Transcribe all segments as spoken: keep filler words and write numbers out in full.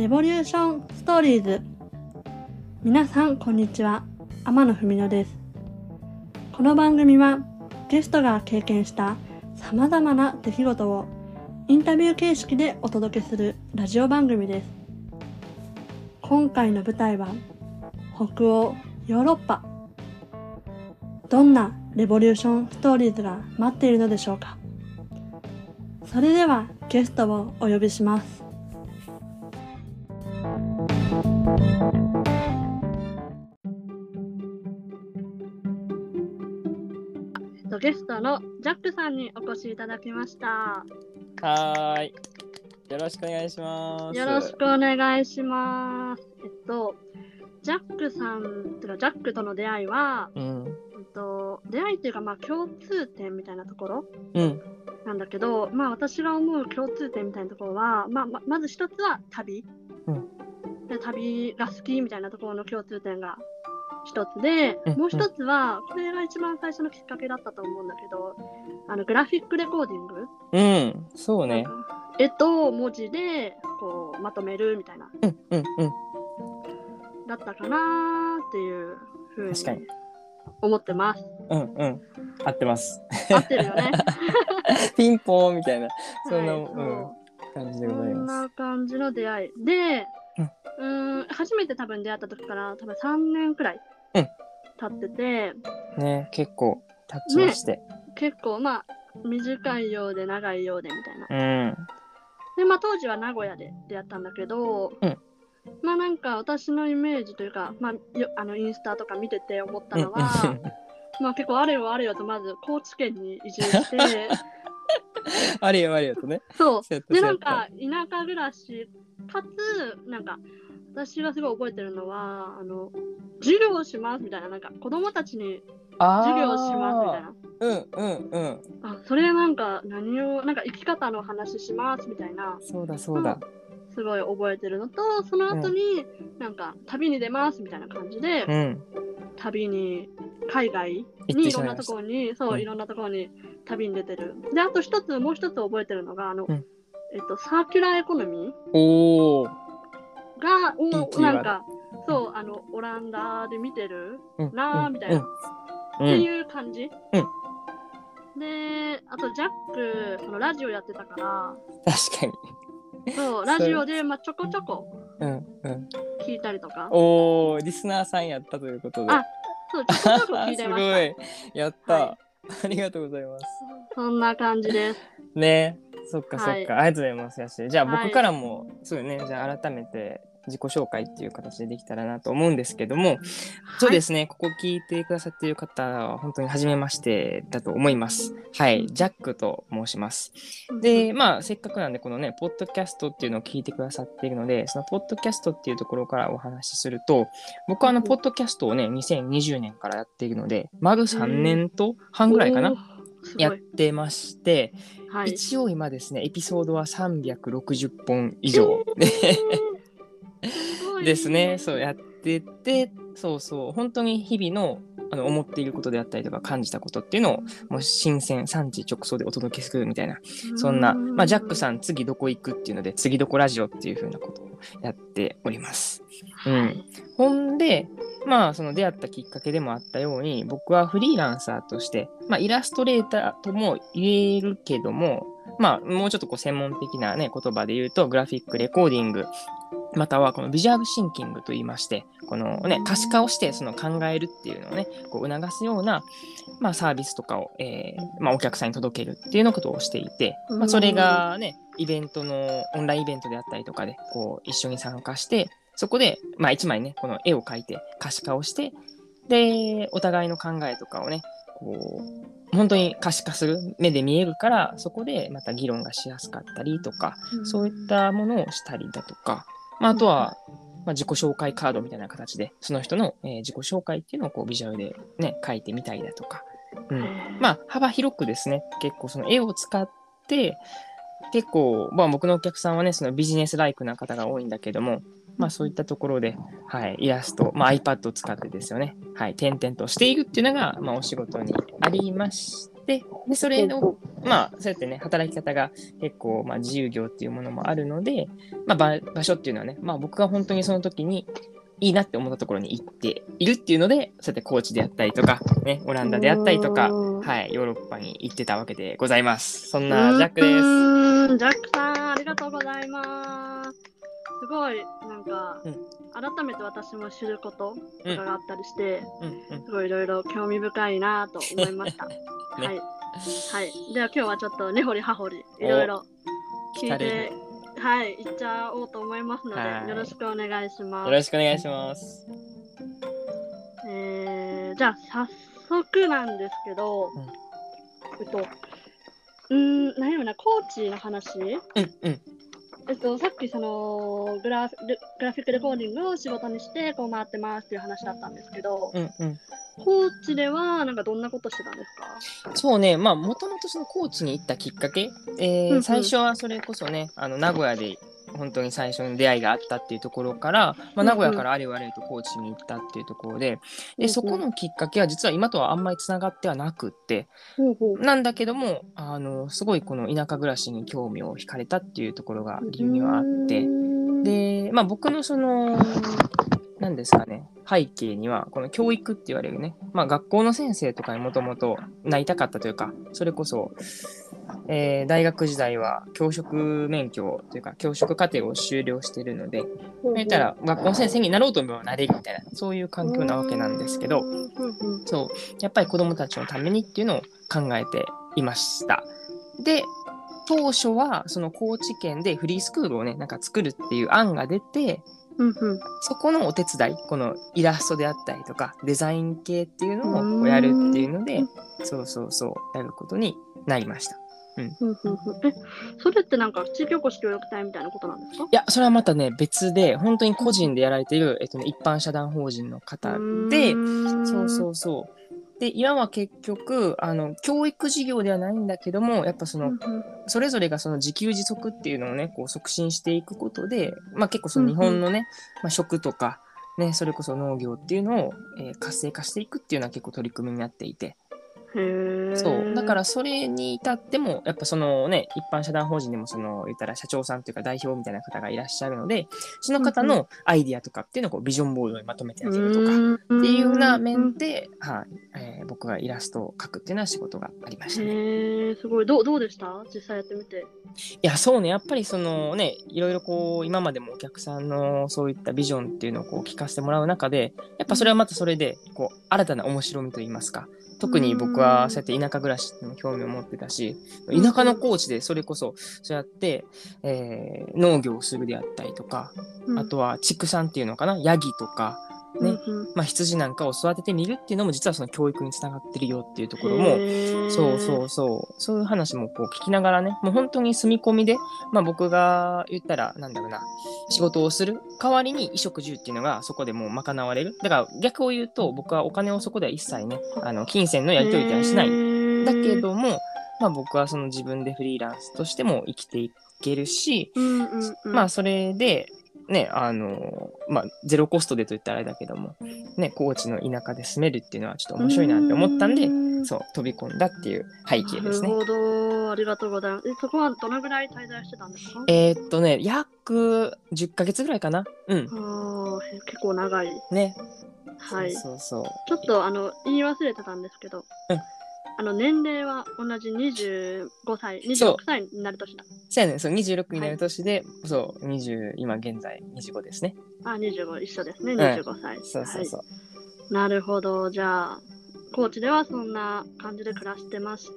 レボリューションストーリーズ。皆さんこんにちは、天野文乃です。この番組はゲストが経験したさまざまな出来事をインタビュー形式でお届けするラジオ番組です。今回の舞台は北欧ヨーロッパ。どんなレボリューションストーリーズが待っているのでしょうか。それではゲストをお呼びします。ゲストのジャックさんにお越しいただきました。 はーい、よろしくお願いします。 よろしくお願いします。えっとジャックさんてかジャックとの出会いは、うん、えっと出会いっていうかまあ共通点みたいなところ、うん、なんだけど、まあ私が思う共通点みたいなところは、まあま、まず一つは旅、うん、で旅が好きみたいなところの共通点が一つで、うん、もう一つはこれが一番最初のきっかけだったと思うんだけど、あのグラフィックレコーディング、 うんそうね、 絵と文字でこうまとめるみたいな、うんうんうん、だったかなっていうふうに思ってます。 うんうん合ってます合ってるよねピンポーンみたいなそんな、 はい、 うん、感じでございます。 そんな感じの出会いで、うん、うーん初めて多分出会った時から多分さんねんくらい経ってて、 うん、ね結構経ちまして、ね、 結構まあ短いようで長いようでみたいな、うん、でまあ当時は名古屋で出会ったんだけど、うん、まあなんか私のイメージというか、まあ、よあのインスタとか見てて思ったのはまあ結構あれよあれよとまず高知県に移住してあれよあれよとね、 そうでなんか田舎暮らしかつなんか私がすごい覚えてるのはあの授業をしますみたいな、なんか子供たちに授業をしますみたいな、 うんうんうん、 あそれなんか何をなんか生き方の話しますみたいな、 そうだそうだ、 すごい覚えてるのと、その後に、うん、なんか旅に出ますみたいな感じで、うん、旅に海外にいろんなところにそう、うん、いろんなところに旅に出てる。であと一つもう一つ覚えてるのがあの、うん、えっとサーキュラーエコノミーおがおなんかそうあのオランダで見てる、うん、なーみたいな、うん、っていう感じ、うん、であとジャックそのラジオやってたから確かにそうラジオで、まあ、ちょこちょこ聞いたりとか、 うんうん、おーリスナーさんやったということで、 あそうちょこちょこ聞いてましたすごいやった、はい、ありがとうございます。 そんな感じですね。そっかそっか、はい、ありがとうございます。やしじゃあ僕からも、はい、そうねじゃあ改めて自己紹介っていう形でできたらなと思うんですけども、はい、そうですねここ聞いてくださっている方は本当に初めましてだと思います。はいジャックと申します。でまあせっかくなんでこのねポッドキャストっていうのを聞いてくださっているので、そのポッドキャストっていうところからお話しすると、僕はあのポッドキャストをねにせんにじゅうねんからやっているので丸さんねんとはんぐらいかなやってまして、はい、一応今ですねエピソードはさんびゃくろくじゅっぽん以上ですね。そうやってて、そうそう本当に日々のあの思っていることであったりとか感じたことっていうのをもう新鮮産地直送でお届けするみたいな、そんな、まあ、ジャックさん次どこ行くっていうので次どこラジオっていう風なことをやっております。うん、ほんでまあその出会ったきっかけでもあったように、僕はフリーランサーとして、まあ、イラストレーターとも言えるけども、まあもうちょっとこう専門的なね言葉で言うとグラフィックレコーディングまたはこのビジュアルシンキングと言いまして、このね可視化をしてその考えるっていうのをねこう促すような、まあ、サービスとかを、えーまあ、お客さんに届けるっていうのことをしていて、まあ、それがねイベントのオンラインイベントであったりとかでこう一緒に参加して、そこでまあ一枚ねこの絵を描いて可視化をして、でお互いの考えとかをねこう本当に可視化する目で見えるから、そこでまた議論がしやすかったりとか、そういったものをしたりだとか、まあ、あとは、まあ、自己紹介カードみたいな形でその人の、えー、自己紹介っていうのをこうビジュアルでね書いてみたりだとか、うん、まあ幅広くですね結構その絵を使って結構、まあ、僕のお客さんはねそのビジネスライクな方が多いんだけども、まあそういったところで、はい、イラスト、まあ、iPad を使ってですよね、はい、点々としているっていうのが、まあ、お仕事にありまして、でそれをまあそうやってね働き方が結構、まあ、自由業っていうものもあるので、まあ、場, 場所っていうのはね、まあ、僕が本当にその時にいいなって思ったところに行っているっていうので、そうやって高知であったりとか、ね、オランダであったりとか、はい、ヨーロッパに行ってたわけでございます。そんなジャックです。うーん、ジャックさん、ありがとうございます。すごい、なんか、うん、改めて私も知ることとかがあったりして、うんうん、すごいいろいろ興味深いなと思いました。ね、はい。はい。では今日はちょっと根掘り葉掘り、いろいろ聞いて、はい、行っちゃおうと思いますので、よろしくお願いします。 よろしくお願いします。 えー、じゃあ早速なんですけど、うん、えっと、うーん、何やろな、コーチの話、うんうん、えっと、さっきそのグラフ、グラフィックレコーディングを仕事にしてこう回ってますっていう話だったんですけど、うんうん、コーチではなんかどんなことしてたんですか？そうね、まあもともとそのコーチに行ったきっかけ、えーうんうん、最初はそれこそね、あの名古屋で本当に最初に出会いがあったっていうところから、まあ、名古屋からあれよあれと高知に行ったっていうところで、でそこのきっかけは実は今とはあんまりつながってはなくって、なんだけどもあのすごいこの田舎暮らしに興味を惹かれたっていうところが理由にはあって、で、まあ、僕のその何ですかね、背景にはこの教育って言われるね、まあ、学校の先生とかにもともとなりたかったというか、それこそ、えー、大学時代は教職免許というか教職課程を修了しているので、言ったら学校の先生になろうと思えばなれるみたいな、そういう環境なわけなんですけど、そうやっぱり子どもたちのためにっていうのを考えていました。で当初はその高知県でフリースクールをねなんか作るっていう案が出て、うんうん、そこのお手伝い、このイラストであったりとかデザイン系っていうのをやるっていうので、そうそうそうやることになりました。うん、 え、それってなんか地域おこし協力隊みたいなことなんですか？ いや、それはまたね別で本当に個人でやられている、えっとね、一般社団法人の方で、そうそうそう。で今は結局あの教育事業ではないんだけども、やっぱその、うんうん、それぞれがその自給自足っていうのをねこう促進していくことで、まあ、結構その日本のね、うんうんまあ、食とか、ね、それこそ農業っていうのを、えー、活性化していくっていうのは結構取り組みになっていて、そうだからそれに至ってもやっぱそのね一般社団法人でもその言ったら社長さんというか代表みたいな方がいらっしゃるので、その方のアイディアとかっていうのをこうビジョンボードにまとめてあげるとかっていうような面で、はいえー、僕がイラストを描くっていうような仕事がありましたね。 へー、すごい。どうどうでした実際やってみて？ いやそうね、やっぱりそのねいろいろこう今までもお客さんのそういったビジョンっていうのをこう聞かせてもらう中で、やっぱそれはまたそれでこう新たな面白みといいますか、特に僕はそうやって田舎暮らしに興味を持ってたし、田舎の高地でそれこそそうやって、えー、農業をするであったりとか、うん、あとは畜産っていうのかな、ヤギとかね、うんうんまあ、羊なんかを育ててみるっていうのも実はその教育につながってるよっていうところも、そうそうそうそういう話もこう聞きながらね、もう本当に住み込みで、まあ、僕が言ったらなんだろうな、仕事をする代わりに衣食住っていうのがそこでもう賄われる。だから逆を言うと僕はお金をそこでは一切ねあの金銭のやり取りではしない。だけども、まあ、僕はその自分でフリーランスとしても生きていけるし、うんうんうん、まあそれでね、あのまあ、ゼロコストでと言ったらあれだけども、ね、高知の田舎で住めるっていうのはちょっと面白いなって思ったんで、んそう飛び込んだっていう背景ですね。 なるほど、ありがとうございます。え、そこはどのぐらい滞在してたんですか？ えー、っとね、約じゅっかげつぐらいかな。うん。 あ結構長い。 ね。 はい。 そうそうそう。 ちょっとあの言い忘れてたんですけど。うん。あの年齢は同じにじゅうごさい、にじゅうろくさいになる年だ。 そうやねん、そうにじゅうろくになる年で、はい、そうにじゅう今現在にじゅうごですね。 あ、にじゅうご一緒ですね。にじゅうごさい。うん、 そうそうそう、はい。 なるほど。じゃあ高知ではそんな感じで暮らしてまして、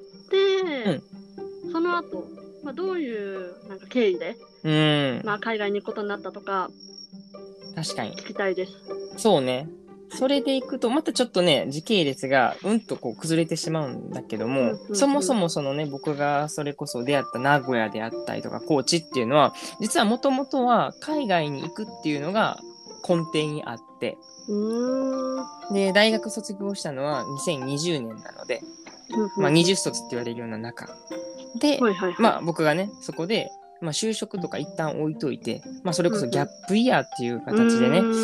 うん、その後、まあ、どういうなんか経緯で、うんまあ、海外に行くことになったとか、 確かに聞きたいです。 そうね。それでいくとまたちょっとね時系列がうんとこう崩れてしまうんだけども、うんうんうん、そもそもそのね僕がそれこそ出会った名古屋であったりとか高知っていうのは実はもともとは海外に行くっていうのが根底にあって、うーんで大学卒業したのはにせんにじゅうねんなので、うんうんまあ、にじゅっ卒って言われるような中で、はいはいはい、まあ僕がねそこでまあ、就職とか一旦置いといて、まあ、それこそギャップイヤーっていう形でね、うん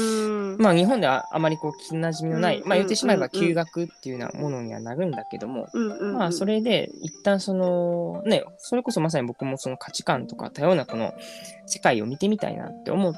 うんまあ日本ではあまりこう聞きなじみのない、 うんまあ言ってしまえばうんうんうん休学っていうようなものにはなるんだけども、 うんうんうんまあそれで一旦そのね、それこそまさに僕もその価値観とか多様なこの世界を見てみたいなって思って、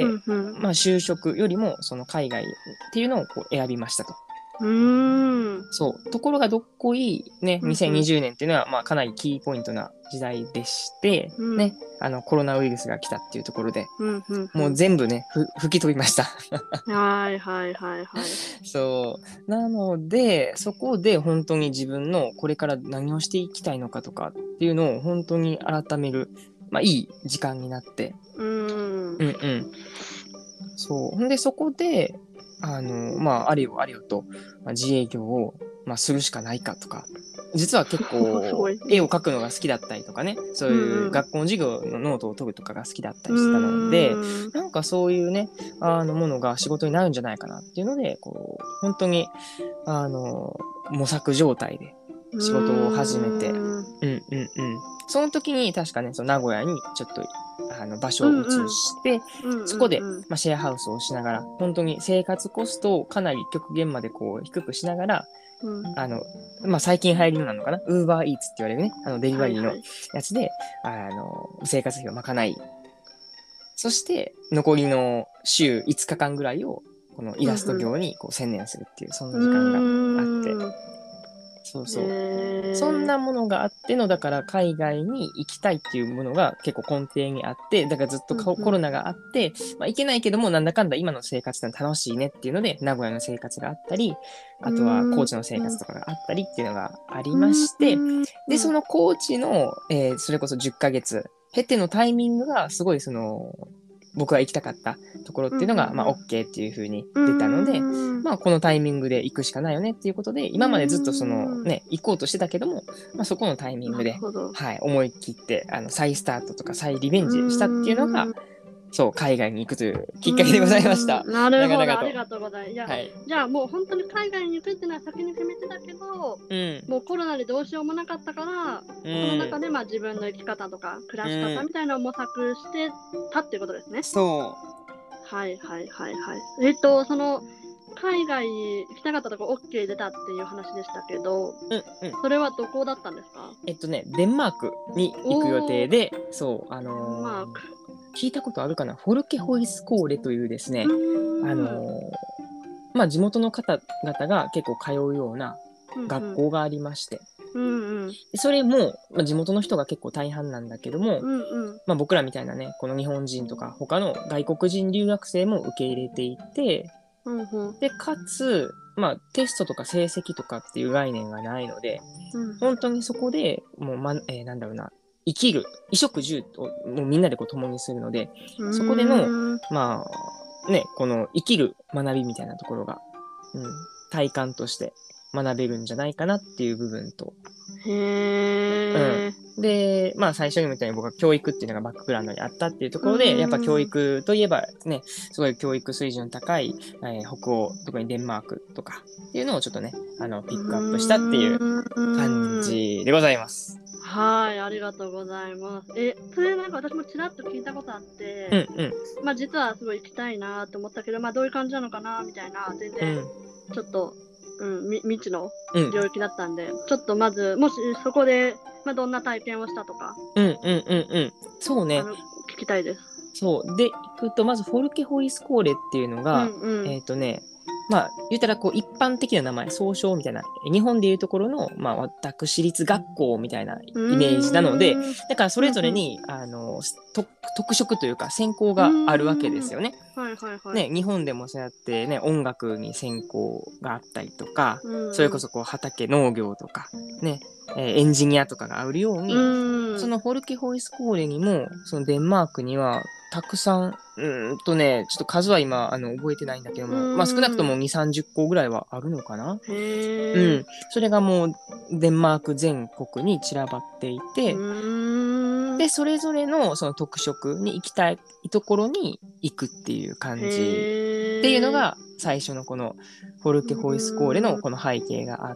うんうんまあ就職よりもその海外っていうのをこう選びましたと。 うーんそう。ところがどっこいね、 うんうんにせんにじゅうねんっていうのはまあかなりキーポイントな時代でして、 うんね、あのコロナウイルスが来たっていうところで、 うんうんもう全部ね、ふ吹き飛びました。 はいはいはいはいそう。なので、そこで本当に自分のこれから何をしていきたいのかとかっていうのを本当に改める、まあいい時間になって、 うーんうんうん。そう。ほんで、そこで、あの、まあ、あれよあれよと、まあ、自営業を、まあ、するしかないかとか、実は結す構ごい、 絵を描くのが好きだったりとかね、そううんいううん学校の授業のノートを取るとかが好きだったうりしてたので、 ーんなんかそういうね、あの、ものが仕事になるんじゃないかなっていうので、こう、本当に、あの、模索状態で仕事を始めて、 うーんうんうんうん。その時に確かね、その名古屋にちょっとあの場所を移して、 うんうんそこで、 うんまあ、シェアハウスをしながら、本当に生活コストをかなり極限までこう低くしながら、 うんあの、まあ、最近流行りのなのかな、ウーバーイーツって言われるね、あのデリバリーのはいはいやつで、あの、生活費を賄い、そして残りの週いつかかんぐらいを、このイラスト業にこう専念するっていう、そんな時間があって、 うーんそうそう。 へーそんなものがあっての、だから海外に行きたいっていうものが結構根底にあって、だからずっとコうんうんコロナがあって、まあ、行けないけども、なんだかんだ今の生活って楽しいねっていうので、名古屋の生活があったり、あとは高知の生活とかがあったりっていうのがありまして、で、その高知の、えーそれこそじゅっかげつ経てのタイミングがすごいその、僕が行きたかったところっていうのが、 うんうんうんまあ OK っていう風に出たので、まあこのタイミングで行くしかないよねっていうことで、今までずっとそのね、行こうとしてたけども、まあそこのタイミングで、はい、思い切って、あの、再スタートとか再リベンジしたっていうのが、そう、海外に行くというきっかけでございました。 なるほど、 長々とありがとうございます。いや、 はい。 じゃあもう本当に海外に行くっていうのは先に決めてたけど、 うん。 もうコロナでどうしようもなかったから、 うその中ん。 でまあ自分の生き方とか暮らし方みたいなのを模索してたっていうことですね。 そはいはいはいはい。えっと、その海外に行きたかったとこ OK 出たっていう話でしたけど、 う。うんうん。 それはどこだったんですか？ えっとね、デンマークに行く予定で、そう、あのーデンマーク聞いたことあるかな、フォルケホイスコーレというですね、 うーんあのーまあ地元の方々が結構通うような学校がありまして、 うんうんでそれも、まあ、地元の人が結構大半なんだけども、 うんうんまあ、僕らみたいなね、この日本人とか他の外国人留学生も受け入れていて、 うんうんで、かつ、まあ、テストとか成績とかっていう概念がないので、 うん本当にそこでもう、まえーなんだろうな、生きる、衣食住をもうみんなでこう共にするので、そこでのうーんまあ、ね、この生きる学びみたいなところが、うん、体感として学べるんじゃないかなっていう部分と、 へーで、まあ最初にも言ったように僕は教育っていうのがバックグラウンドにあったっていうところで、やっぱ教育といえばね、すごい教育水準高い、えー北欧、特にデンマークとかっていうのをちょっとね、あの、ピックアップしたっていう感じでございます。 はい、ありがとうございます。え、それなんか私もちらっと聞いたことあって、 うんうん。 まあ実はすごい行きたいなと思ったけど、まあどういう感じなのかなみたいな、全う然ん。 ちょっと、うん、み未知のうん。 領域だったんで、ちょっとまず、もしそこで、まあどんな体験をしたとか、 うんうんうんうん。そうねあ。の、聞きたいです。 そう。で、行くと、まずフォルケホイスコーレっていうのが、 うんうんえっ、とね、まあ、言ったらこう一般的な名前、総称みたいな、日本でいうところの、まあ、私立学校みたいなイメージなので、だからそれぞれに、あの、と特色というか専攻があるわけですよね。 はいはいはい。 ね、日本でもそうやってね、音楽に専攻があったりとか、 うんそれこそこう畑、農業とか、ね、えーエンジニアとかがあるように、 うんそのフォルケホイスコーレにも、そのデンマークには、たくさん、うーんとね、ちょっと数は今、あの、覚えてないんだけども、 うんまあ少なくともに、さんじゅっこぐらいはあるのかな。 へうーん。それがもう、デンマーク全国に散らばっていて、 うーんで、それぞれのその特色に行きたいところに行くっていう感じっへーていうのが、最初のこのフォルケホイスコーレのこの背景があっ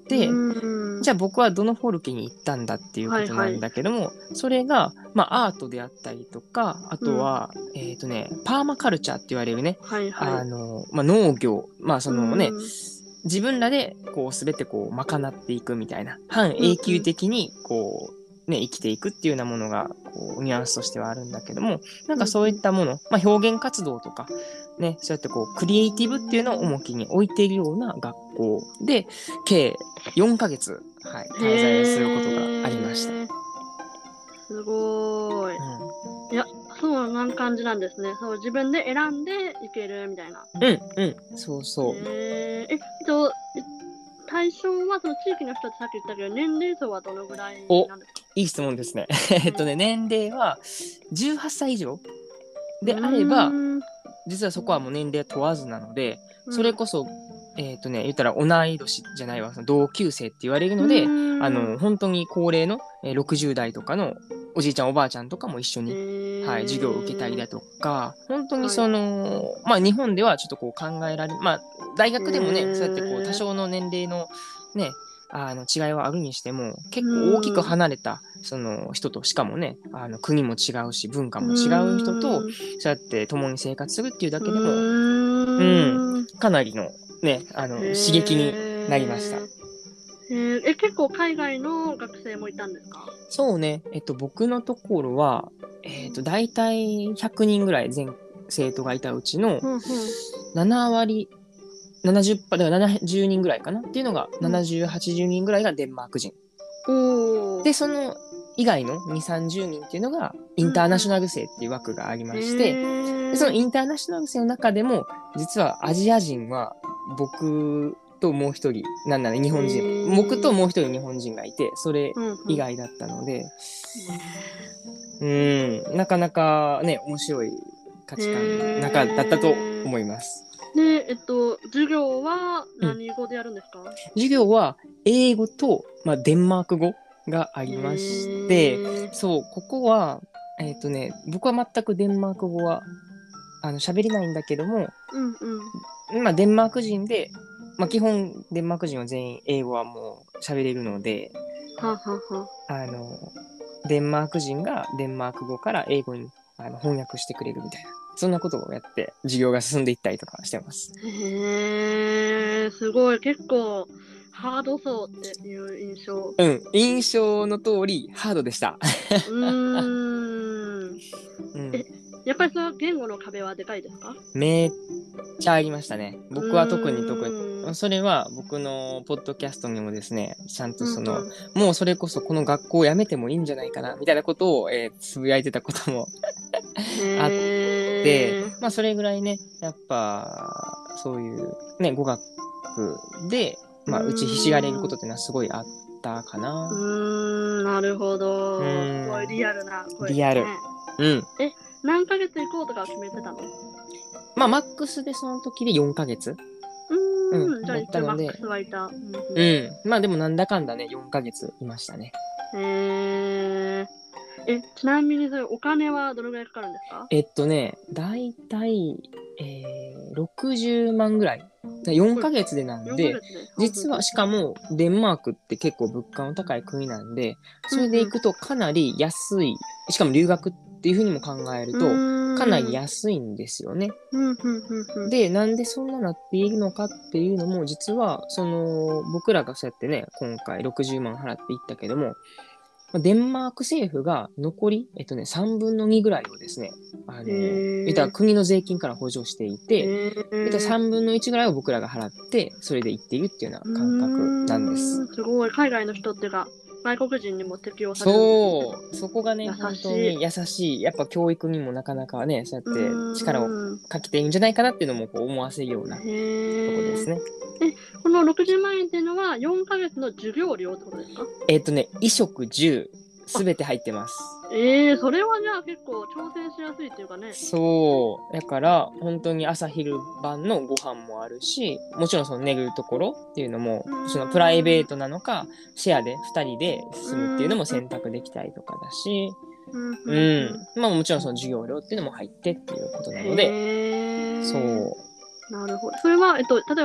で、 うんじゃあ僕はどのフォルケに行ったんだっていうことなんだけども、はいはい、それが、まあ、アートであったりとか、あとは、うん、えっとね、パーマカルチャーって言われるね、 はいはい、 あの、まあ、農業、まあそのね、自分らでこう全てこう賄っていくみたいな、半永久的にこう、ね、生きていくっていうようなものがこうニュアンスとしてはあるんだけども、なんかそういったもの、まあ、表現活動とか、ね、そうやってこうクリエイティブっていうのを重きに置いているような学校で計よんかげつ、はい、滞在をすることがありました。 すごーい、うん、いやそうなん感じなんですね。そう自分で選んでいけるみたいな。 うんうんそうそう。 えー、えっと対象はその地域の人ってさっき言ったけど、年齢層はどのぐらいなんですか？ いい質問ですね。えっとね、年齢はじゅうはっさい以上であれば、実はそこはもう年齢問わずなので、それこそ、うん、えっとね、言ったら同い年じゃないわ、その同級生って言われるので、あの、本当に高齢のろくじゅう代とかのおじいちゃんおばあちゃんとかも一緒に、はい、授業を受けたりだとか、本当にその、はい、まあ日本ではちょっとこう考えられる、まあ大学でもね、そうやってこう多少の年齢のね、あの違いはあるにしても結構大きく離れたその人と、しかもね、あの国も違うし文化も違う人とそうやって共に生活するっていうだけでも、うん、かなりのね、あの刺激になりました。 えー、え結構海外の学生もいたんですか？ そうね、えっと僕のところはえっと大体ひゃくにんぐらい全生徒がいたうちのななわりななじゅっパーセントだからななじゅうにんぐらいかなっていうのが、うん、ななじゅう、はちじゅうにんぐらいがデンマーク人。で、その以外のにじゅう、さんじゅうにんっていうのがインターナショナル生っていう枠がありまして、うん、でそのインターナショナル生の中でも、実はアジア人は僕ともう一人、なんなら日本人、僕ともう一人日本人がいて、それ以外だったので、うん、うんなかなかね、面白い価値観の中だったと思います。 で、えっと、授業は何語でやるんですか？うん、 授業は英語と、まあ、デンマーク語がありまして、そう、ここは、えっとね、僕は全くデンマーク語はあの喋れないんだけども、うんうん、まあ、デンマーク人で、まあ、基本デンマーク人は全員英語はもう喋れるので、はははあのデンマーク人がデンマーク語から英語にあの翻訳してくれるみたいな。そんなことをやって授業が進んでいったりとかしてます。 へー、すごい。結構ハードそうっていう印象。 うん、印象の通りハードでした。うーん。うん、え、やっぱりその言語の壁はでかいですか？ めっちゃありましたね。僕は特に特に。それは僕のポッドキャストにもですね、ちゃんとその、うんうん、もうそれこそこの学校を辞めてもいいんじゃないかな、みたいなことを、えー、つぶやいてたこともあって、まあそれぐらいね、やっぱ、そういうね、語学で、まあ打ちひしがれることっていうのはすごいあったかな。 うーん、なるほど。すごいリアルな声ですね。 リアル。うん。 え、何ヶ月行こうとか決めてたの？ まあマックスでその時でよんかげつ。 うーん、うん、じゃあ一応マックスはいた。うん、 うん。まあでもなんだかんだね、よんかげついましたね。へー。え、ちなみにそれお金はどのぐらいかかるんですか？ えっとね、だいたい、えー、ろくじゅうまんぐらい。よんかげつでなんで、で実はしかもデンマークって結構物価の高い国なんで、それで行くとかなり安い、しかも留学っていうふうにも考えると、かなり安いんですよね。で、なんでそんななっているのかっていうのも、実は、その、僕らがそうやってね、今回ろくじゅうまん払っていったけども、デンマーク政府が残り、えっとね、さんぶんのにぐらいをですね、あの、言ったら国の税金から補助していて、言ったらさんぶんのいちぐらいを僕らが払って、それで行っているっていうような感覚なんです。 すごい、海外の人っていうか、外国人にも適用されるんです、ね。そう、そこがね、本当に優しい。やっぱ教育にもなかなかね、そうやって力をかけていいんじゃないかなっていうのもこう思わせるようなところですね。 え、このろくじゅうまんえんっていうのはよんかげつの授業料ってことですか？ えっとね、衣食住すべて入ってます。 えー、それはじゃあ結構調整しやすいっていうかね。 そう。だから、本当に朝昼晩のご飯もあるし、もちろんその寝るところっていうのも、そのプライベートなのか、シェアでふたりで住むっていうのも選択できたりとかだし、うん。うん、まあもちろんその授業料っていうのも入ってっていうことなので、そう。 なるほど。それは、えっと、例えば、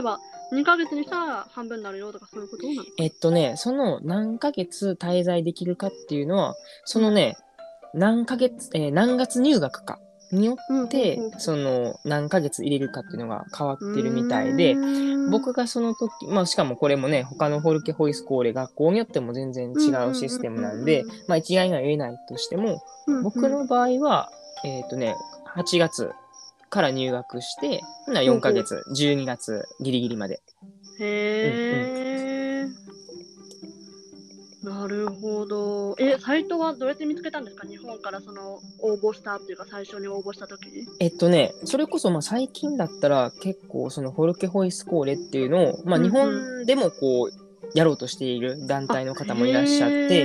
にかげつにしたら半分になるよとかそういうことなの？ えっとね、その何ヶ月滞在できるかっていうのは、そのね、何ヶ月、えー何月入学かによって、 うんうんうんその何ヶ月入れるかっていうのが変わってるみたいで、僕がその時、まあしかもこれもね、他のフォルケホイスコーレ学校によっても全然違うシステムなんで、まあ一概には言えないとしても、僕の場合は、えっとね、はちがつから入学して、ほんならよんかげつ、じゅうにがつギリギリまで。 へー、なるほど。え、サイトはどうやって見つけたんですか？日本からその応募したっていうか、最初に応募した時に。 えっとね、それこそまあ最近だったら結構そのフォルケホイスコーレっていうのを、まあ日本でもこう、やろうとしている団体の方もいらっしゃって、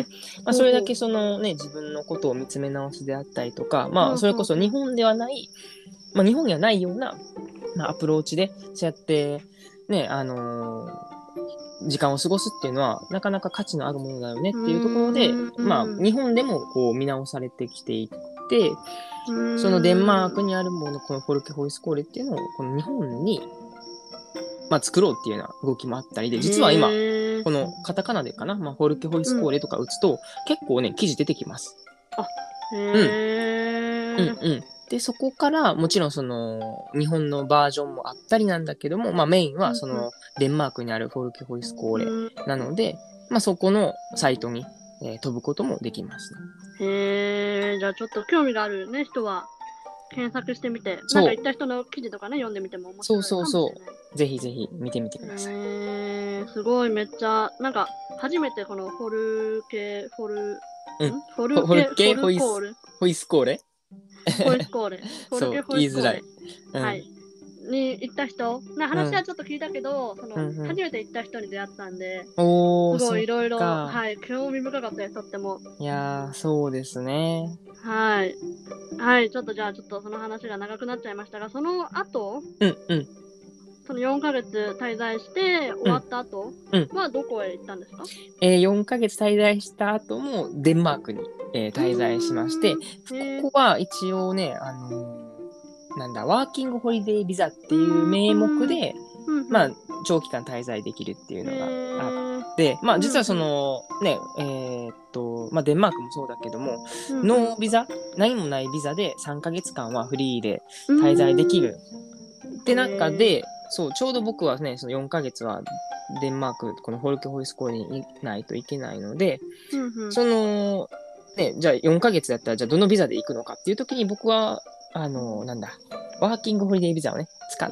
まあ、それだけそのね、自分のことを見つめ直すであったりとか、まあそれこそ日本ではない、まあ日本にはないような、まあ、アプローチで、そうやってね、あのー時間を過ごすっていうのはなかなか価値のあるものだよねっていうところで、まあ日本でもこう見直されてきていって、そのデンマークにあるもの、このフォルケホイスコーレっていうのをこの日本に、まあ、作ろうっていうような動きもあったりで、実は今、このカタカナでかな、まあ、フォルケホイスコーレとか打つと、結構ね、記事出てきます。 あ、へー。うん、うんうん。で、そこからもちろんその日本のバージョンもあったりなんだけども、まあメインはそのデンマークにあるフォルケホイスコーレなので、まあそこのサイトに、えー飛ぶこともできますね。 へえ、じゃあちょっと興味があるね人は検索してみて、 そうなんか行った人の記事とかね読んでみても面白いかもしれない。 そうそうそうぜひぜひ見てみてください。 へえ、すごいめっちゃなんか初めてこのフォルケフォル、 うん、 んフォルケフォルケフォルコールホイスコーレホイスコーレフォルケホイスコーレ、 そう言いづらい、うん、 はいに行った人な話はちょっと聞いたけど、うん、その、うんうん、初めて行った人に出会ったんで、おすごいいろいろはい興味深かったです。とっても。 いやーそうですね。 はいはいちょっとじゃあちょっとその話が長くなっちゃいましたが、その後、 うんうんそのよんかげつ滞在して終わった後はどこへ行ったんですか？うんえー、よんかげつ滞在した後もデンマークに、えー、滞在しまして、ここは一応ね、あのー、なんだ、ワーキングホリデービザっていう名目で、まあ、長期間滞在できるっていうのがあって、まあ、実はその、ね、えー、っと、まあ、デンマークもそうだけども、ノービザ、何もないビザでさんかげつかんはフリーで滞在できるって中で、そう、ちょうど僕はね、そのよんかげつはデンマーク、このフォルケホイスコーレにいないといけないので、うんうん、その、ね、じゃあよんかげつだったら、じゃあどのビザで行くのかっていう時に僕は、あの、なんだ、ワーキングホリデービザをね、使って、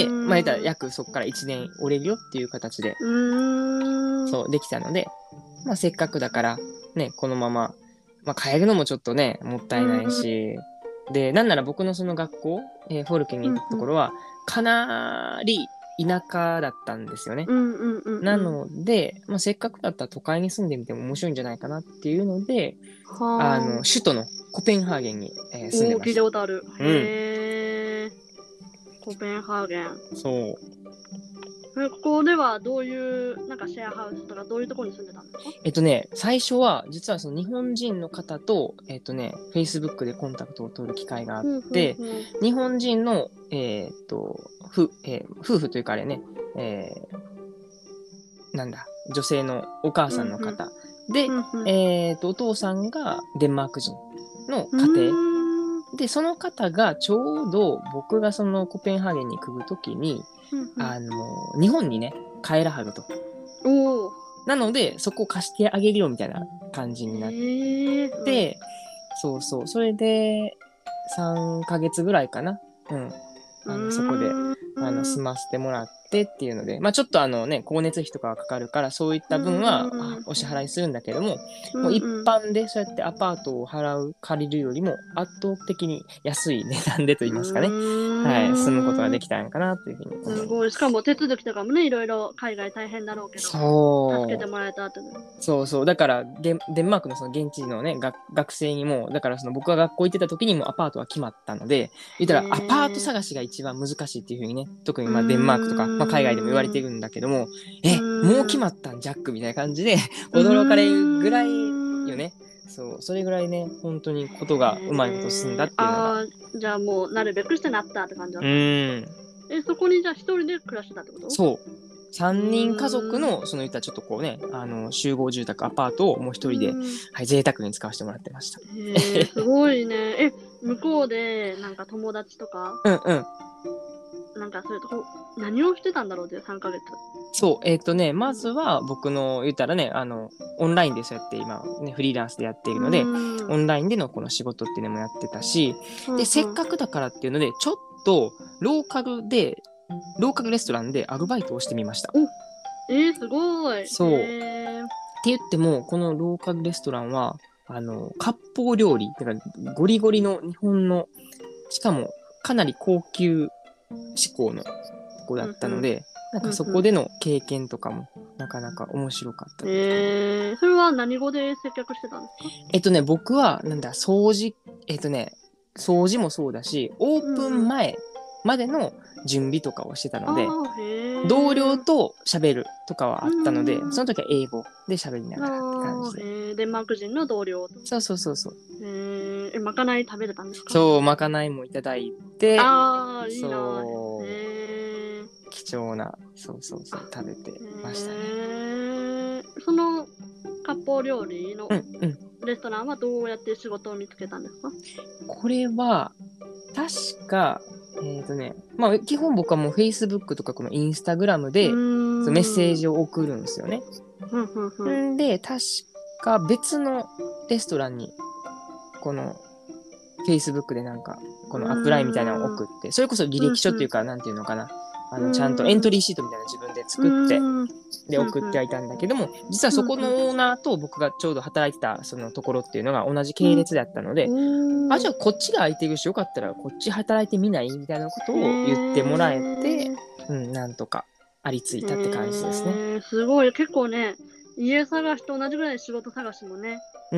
まあ、言ったら約そこからいちねん折れるよっていう形で、そう、できたので、まあ、せっかくだから、ね、このまま、まあ、帰るのもちょっとね、もったいないし、で、なんなら僕のその学校、えー、フォルケに行ったところは、かなり田舎だったんですよね。うんうんうんうん、なので、まあ、せっかくだったら都会に住んでみても面白いんじゃないかなっていうので、あの首都のコペンハーゲンに、えー、住んでました。 聞いたことある。へー、うん、コペンハーゲン。 そう。 ここではどういうなんかシェアハウスとかどういうところに住んでたんですか？ えっとね、最初は実はその日本人の方とえっとね、Facebook でコンタクトを取る機会があって、うんうんうん、日本人のえー、っとふ、えー、夫婦というかあれね、えー、なんだ女性のお母さんの方、うんうん、で、うんうん、えー、っとお父さんがデンマーク人の家庭で、その方がちょうど僕がそのコペンハーゲンに来るときに、うんうん、あの日本にね帰らはると。おなのでそこを貸してあげるよみたいな感じになって、うん、そうそうそれでさんかげつぐらいかな、うん、あのそこであの住ませてもらってっていうので、まあちょっとあのね光熱費とかがかかるからそういった分はお支払いするんだけども、もう一般でそうやってアパートを払う借りるよりも圧倒的に安い値段でと言いますかね、はい、住むことができたんかなというふうに思います。 すごい。しかも手続きとかもねいろいろ海外大変だろうけど、そう助けてもらえた後で、 そうそうだからデンマークのその現地のねが学生にもだからその僕が学校行ってた時にもアパートは決まったので、言ったらアパート探しが一番難しいっていうふうにね、特にまあデンマークとか、まあ、海外でも言われてるんだけども、えもう決まったんジャックみたいな感じで驚かれるぐらいよね。そうそれぐらいね本当にことがうまいこと進んだっていうのが、 あじゃあもうなるべくしてなったって感じだった。うんええ、そこにじゃあ一人で暮らしてたってこと？ そう。さんにん家族の、その言ったらちょっとこうね、あの、集合住宅、アパートをもう一人で、はい、贅沢に使わせてもらってました。 へえ、すごいね。え、向こうで、なんか友達とか、 うんうん。 なんかそういうとこ、何をしてたんだろうってさんかげつ。 そう、えっ、ー、とね、まずは僕の言ったらね、あの、オンラインでそうやって今、ね、フリーランスでやっているので、オンラインでのこの仕事っていうのもやってたし、で、せっかくだからっていうので、ちょっとローカルで、ローカルレストランでアルバイトをしてみました。 えー、すごい。 そう。って言っても、このローカルレストランは、あの、割烹料理、だからゴリゴリの日本の、しかもかなり高級志向のとこだったので、うんうん、なんかそこでの経験とかもなかなか面白かったです。 えー、それは何語で接客してたんですか？ えっとね、僕は、なんだ、掃除、えっとね、掃除もそうだし、オープン前までの準備とかをしてたので、うん、同僚と喋るとかはあったので、その時は英語で喋りながらって感じで。 えデンマーク人の同僚。 そうそうそうそう。 えー、まかない食べれたんですか？ そう、まかないもいただいて、 ああ、いいな。 そう、 えー、 貴重な、そうそうそう、食べてましたね。えー、その割烹料理のレストランはどうやって仕事を見つけたんですか？ うんうん、これは確かえっ、ー、とね、まあ基本僕はもう Facebook とかこの Instagram でメッセージを送るんですよね。んで確か別のレストランにこの Facebook でなんかこのアプライみたいなのを送って、それこそ履歴書っていうかなんていうのかな、あのちゃんとエントリーシートみたいな自分で作ってで送ってはいたんだけども、実はそこのオーナーと僕がちょうど働いてたそのところっていうのが同じ系列だったので、あ、じゃあこっちが空いてるしよかったらこっち働いてみないみたいなことを言ってもらえて、うん、なんとかありついたって感じですね。 すごい、結構ね、家探しと同じぐらい仕事探しもね、 うん、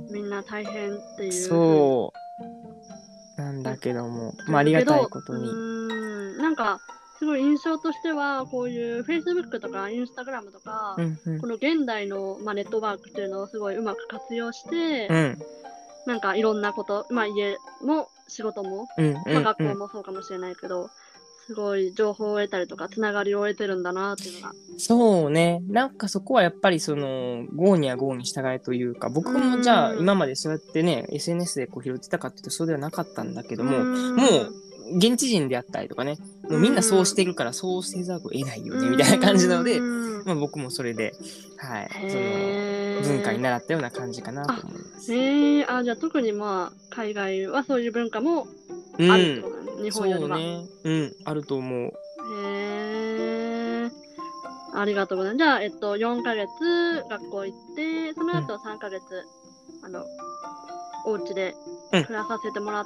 みんな大変っていう。 そうなんだけども、まあ、ありがたいことに。 うーん、なんかすごい印象としてはこういう Facebook とか Instagram とか、うんうん、この現代の、まあ、ネットワークっていうのをすごいうまく活用して、うん、なんかいろんなこと、まあ、家も仕事も、うんうんうん、まあ、学校もそうかもしれないけど、すごい情報を得たりとかつながりを得てるんだなっていうのが。 そうね、なんかそこはやっぱりそのゴーにはゴーに従えというか、僕もじゃあ今までそうやってね エスエヌエス でこう拾ってたかっていうとそうではなかったんだけども、もう現地人であったりとかね、もうみんなそうしてるからそうせざるを得ないよねみたいな感じなので、まあ、僕もそれで、はい、その文化に習ったような感じかなと思います。 へえ、あ、じゃあ特にまあ海外はそういう文化もあるってことね、うん、日本よりは。 そうね、うん、あると思う。 へえ、ありがとうございます。じゃあ、えっと、よんかげつ学校行って、その後さんかげつ、うん、あの、お家で暮らさせてもらって、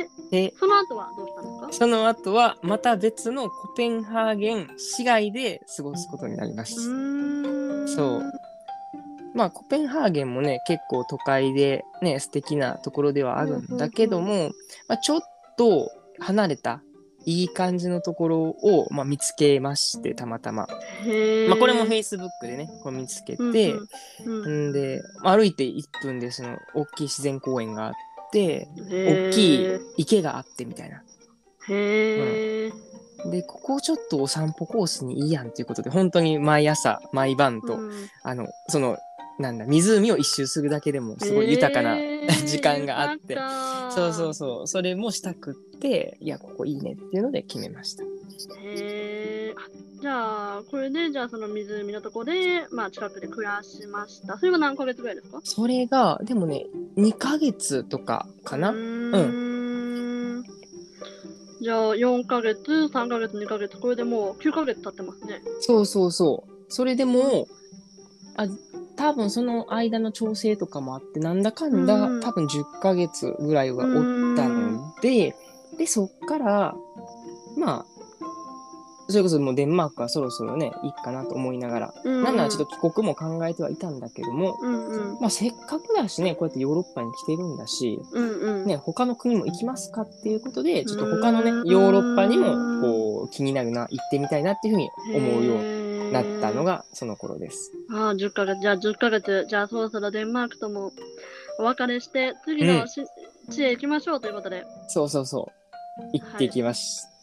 うん、で、その後はどうしたんですか？ その後はまた別のコペンハーゲン市外で過ごすことになります。うーん、そう。まあコペンハーゲンもね結構都会でね素敵なところではあるんだけども、うんうんうん、まあ、ちょっと離れたいい感じのところを、まあ、見つけましてたまたま、まあ、これも Facebook でねこう見つけて、うんうん、んで歩いていっぷんでその大きい自然公園があって大きい池があってみたいな。へー、うん、でここちょっとお散歩コースにいいやんということで本当に毎朝毎晩と、うん、あのそのなんだ湖を一周するだけでもすごい豊かな、えー、時間があって、そうそうそう、それもしたくっていやここいいねっていうので決めました。 へえ、じゃあこれでじゃあその湖のとこでまあ近くで暮らしました。それは何ヶ月ぐらいですか？ それがでもねにかげつとかかな。うーん、 うん、じゃあよんかげつさんかげつにかげつこれでもうきゅうかげつ経ってますね。 そうそうそう、それでもあ多分その間の調整とかもあってなんだかんだ、うん、多分じゅっかげつぐらいはおったので、でそっからまあそれこそもうデンマークはそろそろねいいかなと思いながら、うん、なんならちょっと帰国も考えてはいたんだけども、うんうん、まあせっかくだしねこうやってヨーロッパに来てるんだし、うんうん、ね他の国も行きますかっていうことでちょっと他のねヨーロッパにもこう気になるな行ってみたいなっていうふうに思うようになったのがその頃です。 ああじゅっかげつ、じゃあじゅっかげつ、じゃあそろそろデンマークともお別れして次のし、うん、地へ行きましょうということで。 そうそうそう行ってきました。はい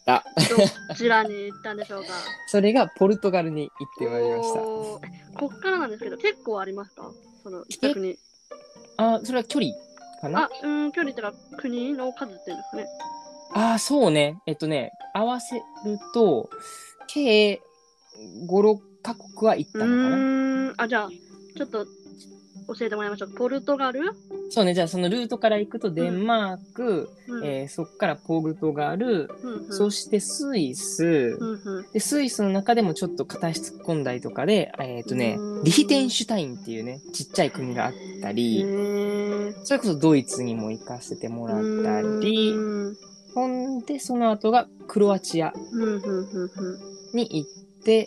た。 どちらに行ったんでしょうか。 それがポルトガルに行ってまいりました。 おーえこっからなんですけど、結構ありますか、その一択に。 あ、それは距離かな。 あ、うん、距離というか国の数っていうんですかね。 ああ、そうね。えっとね、合わせると、計ご、ろっかこくは行っうたのかな。 ーん、あ、じゃあ、ちょっと教えてもらいましょう。ポルトガル、 そうね、じゃあそのルートから行くとデンマーク、 うんえーそこからポルトガル、 うんうん、 そしてスイス、 うんうんでスイスの中でもちょっと片足突っ込んだりとかで、えっ、とねうーん、 リヒテンシュタインっていうね、ちっちゃい国があったへり、 ーそれこそドイツにも行かせてもらったり、 うーんほんでその後がクロアチアうんうんうんに行って、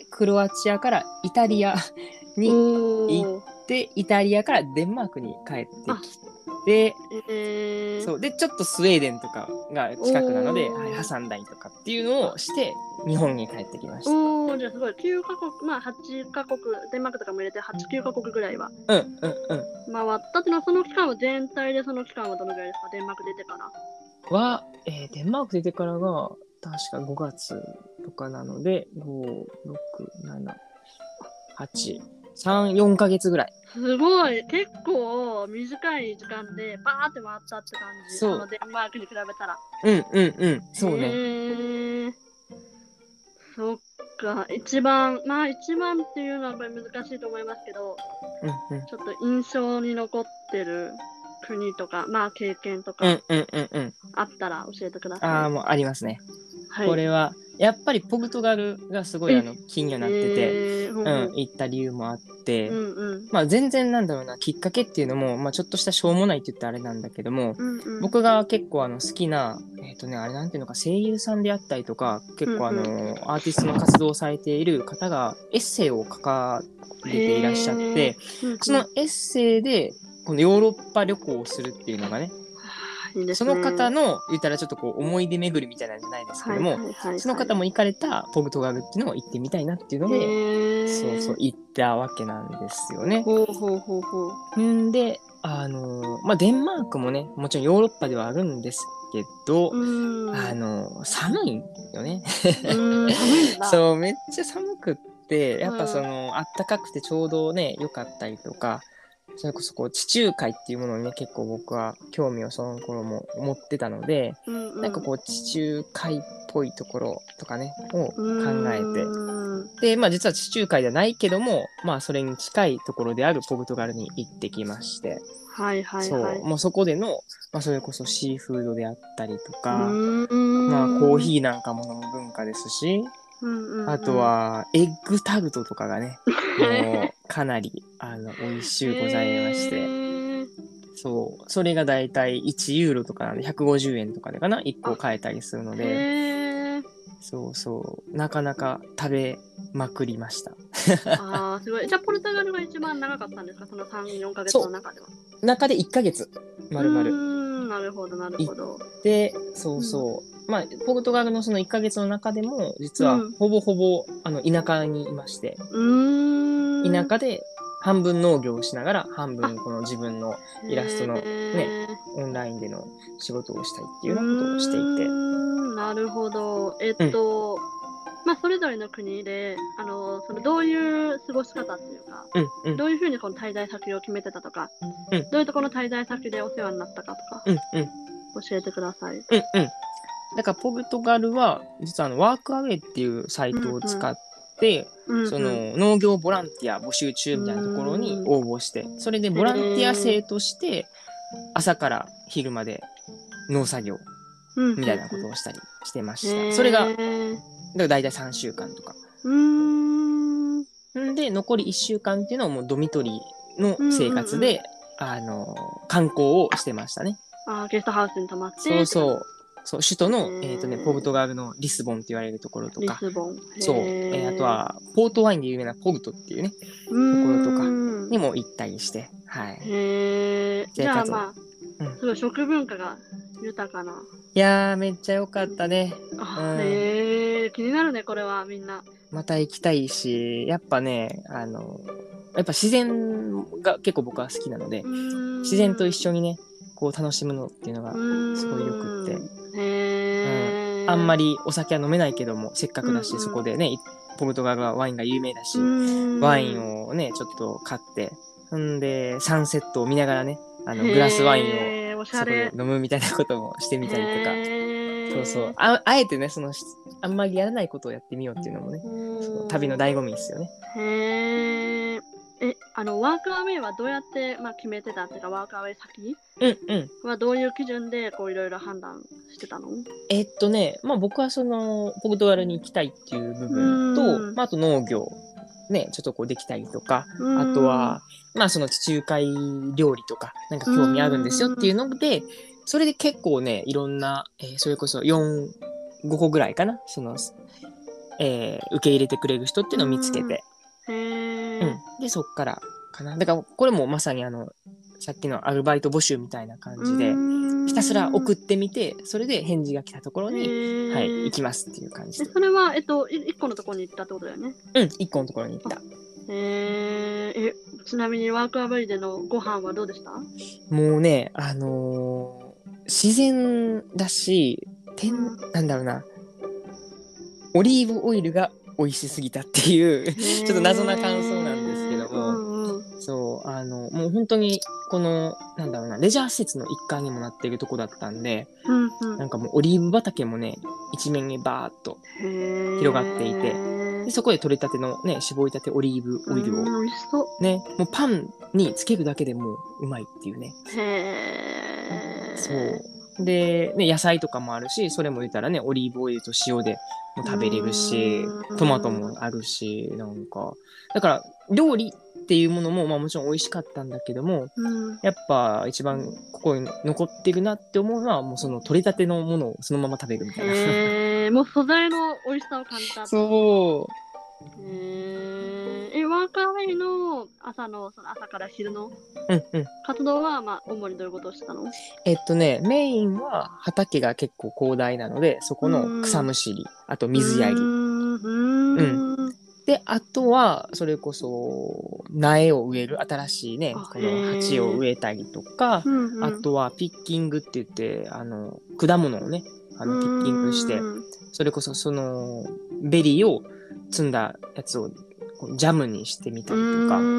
クロアチアからイタリアうん、 にお行っー、 て、イタリアからデンマークに帰ってあ、 きて、 えー、 そうでちょっとスウェーデンとかが近くなので、 おーはい、挟んだりとかっていうのをして日本に帰ってきました。 おー、じゃあすごい、きゅうカ国、まあはちカ国、デンマークとかも入れてはち、きゅうカ国ぐらいはうんうんうん。 回ったっていうのは、その期間は全体でその期間はどのぐらいですか、デンマーク出てから。 は、えーデンマーク出てからが確かごがつとかなので、ご、ろく、なな、はち、さん、よんかげつぐらい。 すごい、結構短い時間でバーって回ったって感じ。 そうそのデンマークに比べたら。 うんうんうん、そうね。 へー、そっか、一番、まあ一番っていうのはこれ難しいと思いますけど、 うんうん。 ちょっと印象に残ってる国とか、まあ経験とかうんうんうんうん。 あったら教えてください。 ああ、もうありますね。 はい、 これは、やっぱりポルトガルがすごいあの気にはなってて、 えー、ほんうほんん、行った理由もあって、 うんうんまあ全然なんだろうな、きっかけっていうのも、まあちょっとしたしょうもないって言ってあれなんだけども、 うんうん、 僕が結構あの好きな、えっ、とね、あれなんていうのか、声優さんであったりとか、結構あの、 うんアーティストの活動をされている方がエッセイを書かれていらっしゃって、 うんうん、 そのエッセイで、このヨーロッパ旅行をするっていうのがね、 いいですね、 その方の言ったらちょっとこう思い出巡りみたいなんじゃないですけども、 はいはいはいはい、 その方も行かれたポルトガルっていうのを行ってみたいなっていうので、 へー、 そうそう行ったわけなんですよね。 ほうほうほうほう。 んで、あのまあデンマークもね、もちろんヨーロッパではあるんですけど、 うーん、 あの寒いよね。 うーん、寒いんだ。 そうめっちゃ寒くって、やっぱそうんの、あったかくてちょうどね良かったりとか。それこそこう地中海っていうものにね結構僕は興味をその頃も持ってたので、 うんうん、 なんかこう地中海っぽいところとかねを考えて、 て、でまあ実は地中海ではないけども、まあそれに近いところであるポルトガルに行ってきまして、 はいはいはい、 そうもうそこでの、まあ、それこそシーフードであったりとか、 うーん、 まあコーヒーなんかも飲む文化ですし、 うんうんうん、 あとはエッグタルトとかがねもうかなりあの美味しゅうございまして、 へー、 そうそれがだいたいいちユーロとかなんでひゃくごじゅうえんとかでかないっこ買えたりするので、 へー、 そうそうなかなか食べまくりました。 あーすごい。じゃあポルトガルが一番長かったんですか、そのさん、よんかげつの中では。 中でいっかげつまるまるうーん、なるほどなるほど。 で、そうそう、まあポルトガルのそのいっかげつの中でも実はほぼほぼあの田舎にいまして、 うーん、 田舎で半分農業をしながら半分この自分のイラストのねオンラインでの仕事をしたいっていうようなことをしていて、 うーん、なるほど。えっと、まあそれぞれの国であのそのどういう過ごし方っていうか、 うんうんどういうふうにこの滞在先を決めてたとか、 うんどういうところの滞在先でお世話になったかとか、 うんうん教えてください。 うんうんだからポルトガルは実はあのワークアウェイっていうサイトを使って、 うんうん、 その農業ボランティア募集中みたいなところに応募して、それでボランティア生として朝から昼まで農作業みたいなことをしたりしてました。それがだからだいたいさんしゅうかんとか。 うーん、 んで残りいっしゅうかんっていうのはもうドミトリーの生活で、うんうんうん、あの観光をしてましたね。 あ、ゲストハウスに泊まって。 そうそうそう首都の、えーとね、ポルトガルのリスボンって言われるところとか、 リスボン、 そう、えー、あとはポートワインで有名なポルトっていうねところとかにも行ったりして、はい。 へー、じゃあまあ、うん、すごい食文化が豊かな。 いやーめっちゃ良かったね。 あ、うん、へー、気になるねこれはみんな。 また行きたいし、やっぱねあのやっぱ自然が結構僕は好きなので、自然と一緒にねこう楽しむのっていうのがすごいよくって、 へー、 うん、 あんまりお酒は飲めないけどもせっかくだし、 うんうん、 そこでねポルトガルはワインが有名だし、ワインをねちょっと買ってんでサンセットを見ながらねあのグラスワインをそこで飲むみたいなこともしてみたりとか、そうそう あ, あえてねそのあんまりやらないことをやってみようっていうのもねそう旅の醍醐味ですよね。 へーえあのワークアウェイはどうやって、まあ、決めてたっていうかワークアウェイ先、 うんうん、 はどういう基準でこういろいろ判断してたの？ えっとねまあ僕はそのポルトガルに行きたいっていう部分と、まあ、あと農業ねちょっとこうできたりとか、あとはまあその地中海料理とかなんか興味あるんですよっていうので、それで結構ねいろんな、えー、それこそよん、ごこぐらいかなその、えー、受け入れてくれる人っていうのを見つけて、 へー、 うん、でそっからかな。だからこれもまさにあのさっきのアルバイト募集みたいな感じでひたすら送ってみてそれで返事が来たところに、はい、行きますっていう感じで。 それは、えっと、いっこのところに行ったってことだよね。 うん、いっこのところに行った。 えー、えちなみにワークアウェイでのご飯はどうでした？ もうねあのー、自然だし天、うん、なんだろうなオリーブオイルが美味しすぎたっていうちょっと謎な感想なんですけども、うんうん、そうあのもう本当にこのなんだろうなレジャー施設の一環にもなっているとこだったんで、うんうん、なんかもうオリーブ畑もね一面にバーッと広がっていて、でそこで取れたてのね絞りたてオリーブオイルをねもうパンにつけるだけでもううまいっていうね。へそうで、ね、野菜とかもあるしそれも言ったらねオリーブオイルと塩でも食べれるしトマトもあるしなんかだから料理っていうものも、まあ、もちろん美味しかったんだけども、うん、やっぱ一番ここに残ってるなって思うのはもうその取れたてのものをそのまま食べるみたいな。 へーもう素材の美味しさを感じた。そうへえワークアウェイの朝のその朝から昼の活動は、まあ、主にどういうことをしてたの？ えっとねメインは畑が結構広大なのでそこの草むしりあと水やり、うんうんであとはそれこそ苗を植える新しいねこの鉢を植えたりとか、うんうん、あとはピッキングって言ってあの果物をねあのピッキングしてそれこそそのベリーを摘んだやつをジャムにしてみたりとか、うん、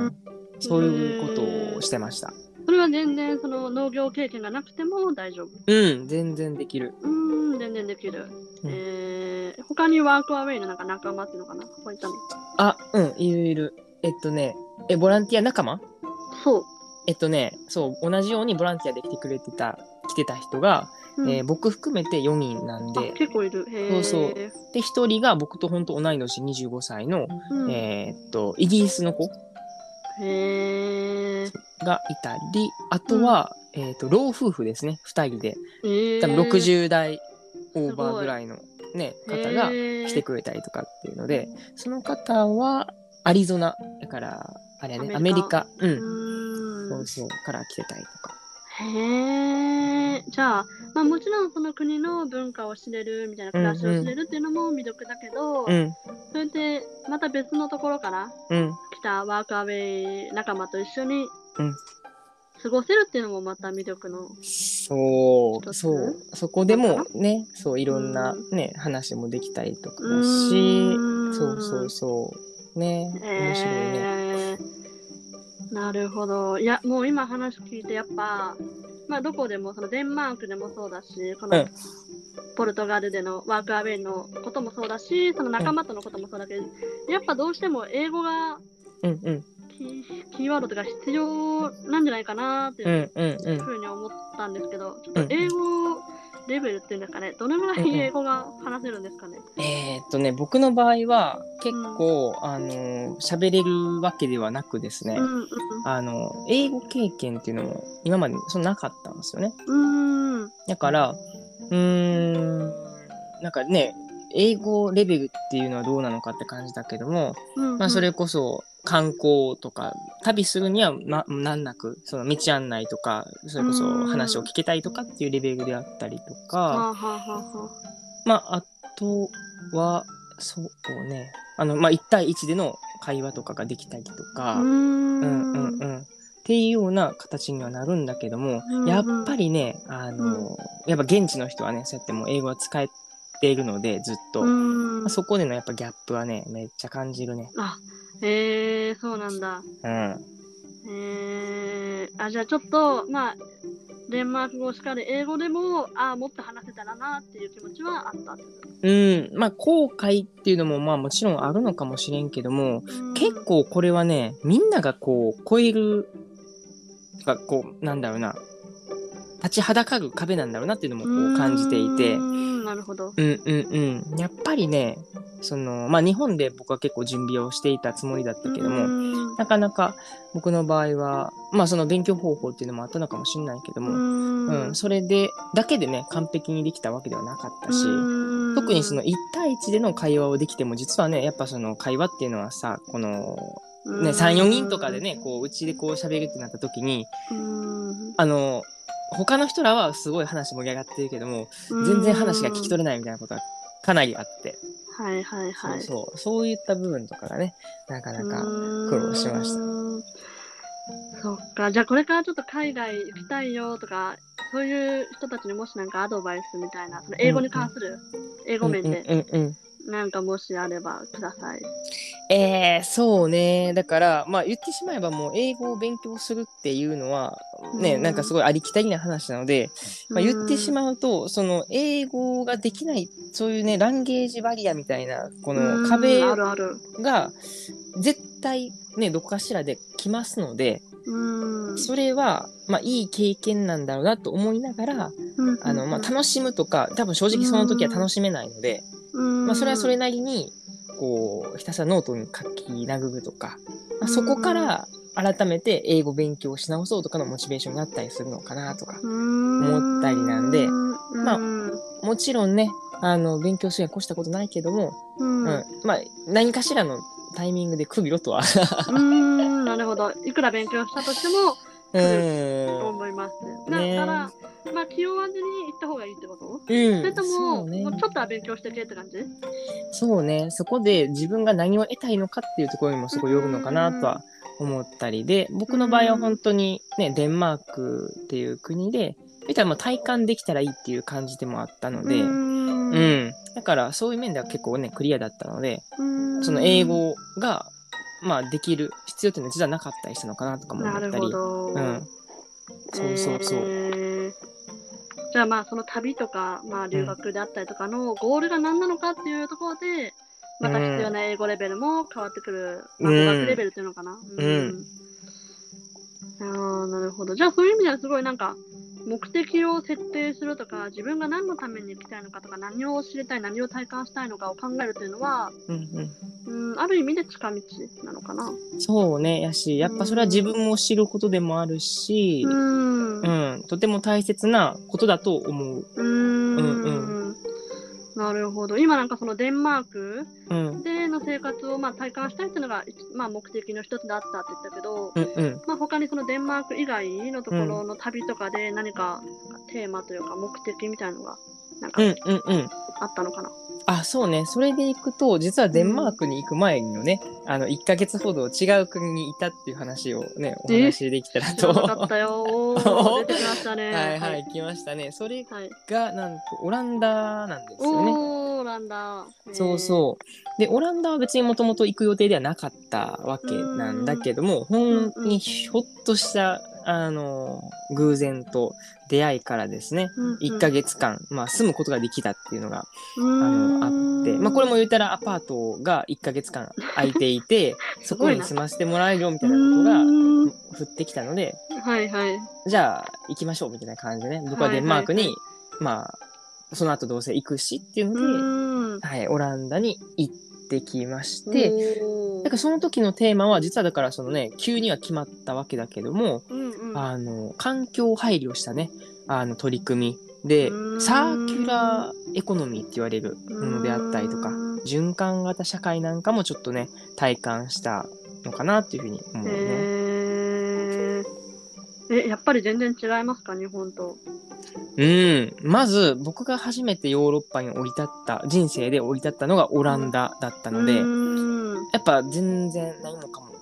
そういうことをしてました。 それは全然その農業経験がなくても大丈夫？ うん全然できる。 うん全然できる。うん、えー、他にワークアウェイのなんか仲間っていうのかなこういったの？あうんいるいる。えっとねえボランティア仲間？ そうえっとねそう同じようにボランティアで来てくれてた来てた人が、うんえー、僕含めてよにんなんで結構いる。へそうそうでひとりが僕と本当同い年にじゅうごさいの、うんえー、っとイギリスの子へがいたりあとは、うんえー、と老夫婦ですねふたりで多分ろくじゅう代オーバーぐらいの、ね、方が来てくれたりとかっていうのでその方はアリゾナだからあれねアメリカ、うん、うんそうそうから来てたりとか。 へえじゃあ、まあ、もちろんその国の文化を知れるみたいな暮らしを知れるっていうのも魅力だけど、うんうん、それでまた別のところから来たワークアウェイ仲間と一緒に過ごせるっていうのもまた魅力の、うん、 そうそうそこでもねそういろんな、ねうん、話もできたりとかだしそうそうそうね面白いね、えーなるほど。いや、もう今話聞いて、やっぱ、まあ、どこでも、そのデンマークでもそうだし、このポルトガルでのワークアウェイのこともそうだし、その仲間とのこともそうだけど、うん、やっぱどうしても英語が、うんうん、キ, キーワードとか必要なんじゃないかなっていうふうに思ったんですけど、ちょっと英語レベルっていうんですかね、どのぐらい英語が話せるんですかね。 うんうん、えー、っとね、僕の場合は結構、うん、あの喋れるわけではなくですね、うんうん、あの英語経験っていうのも今までそんななかったんですよね。うんだからうーんなんかね英語レベルっていうのはどうなのかって感じだけども、うんうんまあ、それこそ観光とか旅するには、ま、難なくその道案内とかそれこそ話を聞けたりとかっていうレベルであったりとか、まああとはそうねあの、まあ、いち対いちでの会話とかができたりとかうんうんうんっていうような形にはなるんだけども、 うんうん、 やっぱりねあの、うん、やっぱ現地の人はねそうやってもう英語は使えているのでずっと、うんまあ、そこでのやっぱギャップはねめっちゃ感じるね。 あへえー、そうなんだ。 うんえー、あじゃあちょっとまあデンマーク語しかり英語でもああもっと話せたらなっていう気持ちはあったってこと。 うんまあ後悔っていうのもまあもちろんあるのかもしれんけども、うん、結構これはねみんながこう超えるがこうなんだろうな立ちはだかる壁なんだろうなっていうのもこう感じていて。 なるほど。 うんうんうん。やっぱりね、そのまあ日本で僕は結構準備をしていたつもりだったけども、なかなか僕の場合はまあその勉強方法っていうのもあったのかもしれないけども、うん、それでだけでね完璧にできたわけではなかったし、特にそのいち対いちでの会話をできても実はねやっぱその会話っていうのはさこのねさん、よにんとかでねこううちでこう喋るってなった時に、あの他の人らはすごい話盛り上がってるけども全然話が聞き取れないみたいなことがかなりあって、 はいはいはい、 そうそうそういった部分とかがねなかなか苦労しました。 そっか。じゃあこれからちょっと海外行きたいよとかそういう人たちにもしなんかアドバイスみたいなその英語に関する、うんうん、英語面で、うんうんうんなんかもしあればください。 えー、そうね。だから、まあ言ってしまえばもう英語を勉強するっていうのは、ね、なんかすごいありきたりな話なので、まあ、言ってしまうと、その英語ができない、そういうね、ランゲージバリアみたいな、この壁が絶対ね、どこかしらで来ますので、それは、まあいい経験なんだろうなと思いながら、あの、まあ楽しむとか、多分正直その時は楽しめないので、まあ、それはそれなりにこうひたすらノートに書き殴るとか、まあ、そこから改めて英語勉強し直そうとかのモチベーションになったりするのかなとか思ったりなんで、まあもちろんねあの勉強するには越したことないけども、うんうん、まあ何かしらのタイミングで区切ろとはうーんなるほど。いくら勉強したとしても来ると思います。だから、ね、まあ気負わずに行った方がいいってこと？うん、それとも、ね、もうちょっとは勉強してけって感じ？ そうね。そこで自分が何を得たいのかっていうところにもすごいよるのかなとは思ったりで、僕の場合は本当にねデンマークっていう国で、見たらもう体感できたらいいっていう感じでもあったので、うん、うん、だからそういう面では結構ねクリアだったので、その英語がまあできる必要っていうのは実はなかったりしたのかなとかも思ったり。なるほど。うん。そうそうそう。 えー、じゃあまあその旅とか、まあ、留学であったりとかのゴールが何なのかっていうところで、うん、また必要な英語レベルも変わってくる、まあ、語学レベルっていうのかな。うん。うんうん、ああなるほど。じゃあそういう意味ではすごいなんか目的を設定するとか自分が何のために行きたいのかとか何を知りたい何を体感したいのかを考えるというのは、うんうんうん、ある意味で近道なのかな。 そうねやしやっぱそれは自分も知ることでもあるし、うんうん、とても大切なことだと思う。うんうんうんなるほど。今なんかそのデンマークでの生活をまあ体感したいっていうのが、まあ、目的の一つだったって言ったけど、うんうんまあ、他にそのデンマーク以外のところの旅とかで何かテーマというか目的みたいなのがなんかあったのかな。うんうんうんあ、そうね。それで行くと、実はデンマークに行く前のね、うん、あの、いっかげつほど違う国にいたっていう話をね、お話できたらと。 知らなかったよー。出てきましたね。 はいはい、はい、来ましたね。それが、なんと、オランダなんですよね。 おー、オランダ。 そうそう。で、オランダは別にもともと行く予定ではなかったわけなんだけども、本当にひょっとした、あの、偶然と出会いからですね、うんうん、いっかげつかん、まあ、住むことができたっていうのが、あの、あって、まあ、これも言ったらアパートがいっかげつかん空いていて、そこに住ませてもらえるよみたいなことが降ってきたので、 はいはい。 じゃあ、行きましょうみたいな感じでね、僕はデンマークに、はいはいはい、まあ、その後どうせ行くしっていうので、はい、オランダに行ってきまして、だからその時のテーマは実はだからそのね急には決まったわけだけども、うんうん、あの環境配慮したねあの取り組みでサーキュラーエコノミーって言われるものであったりとか循環型社会なんかもちょっとね体感したのかなっていうふうに思うね。 えー、えやっぱり全然違いますか日本と。 うん、まず僕が初めてヨーロッパに降り立った人生で降り立ったのがオランダだったので、うん、やっぱ全然何もかも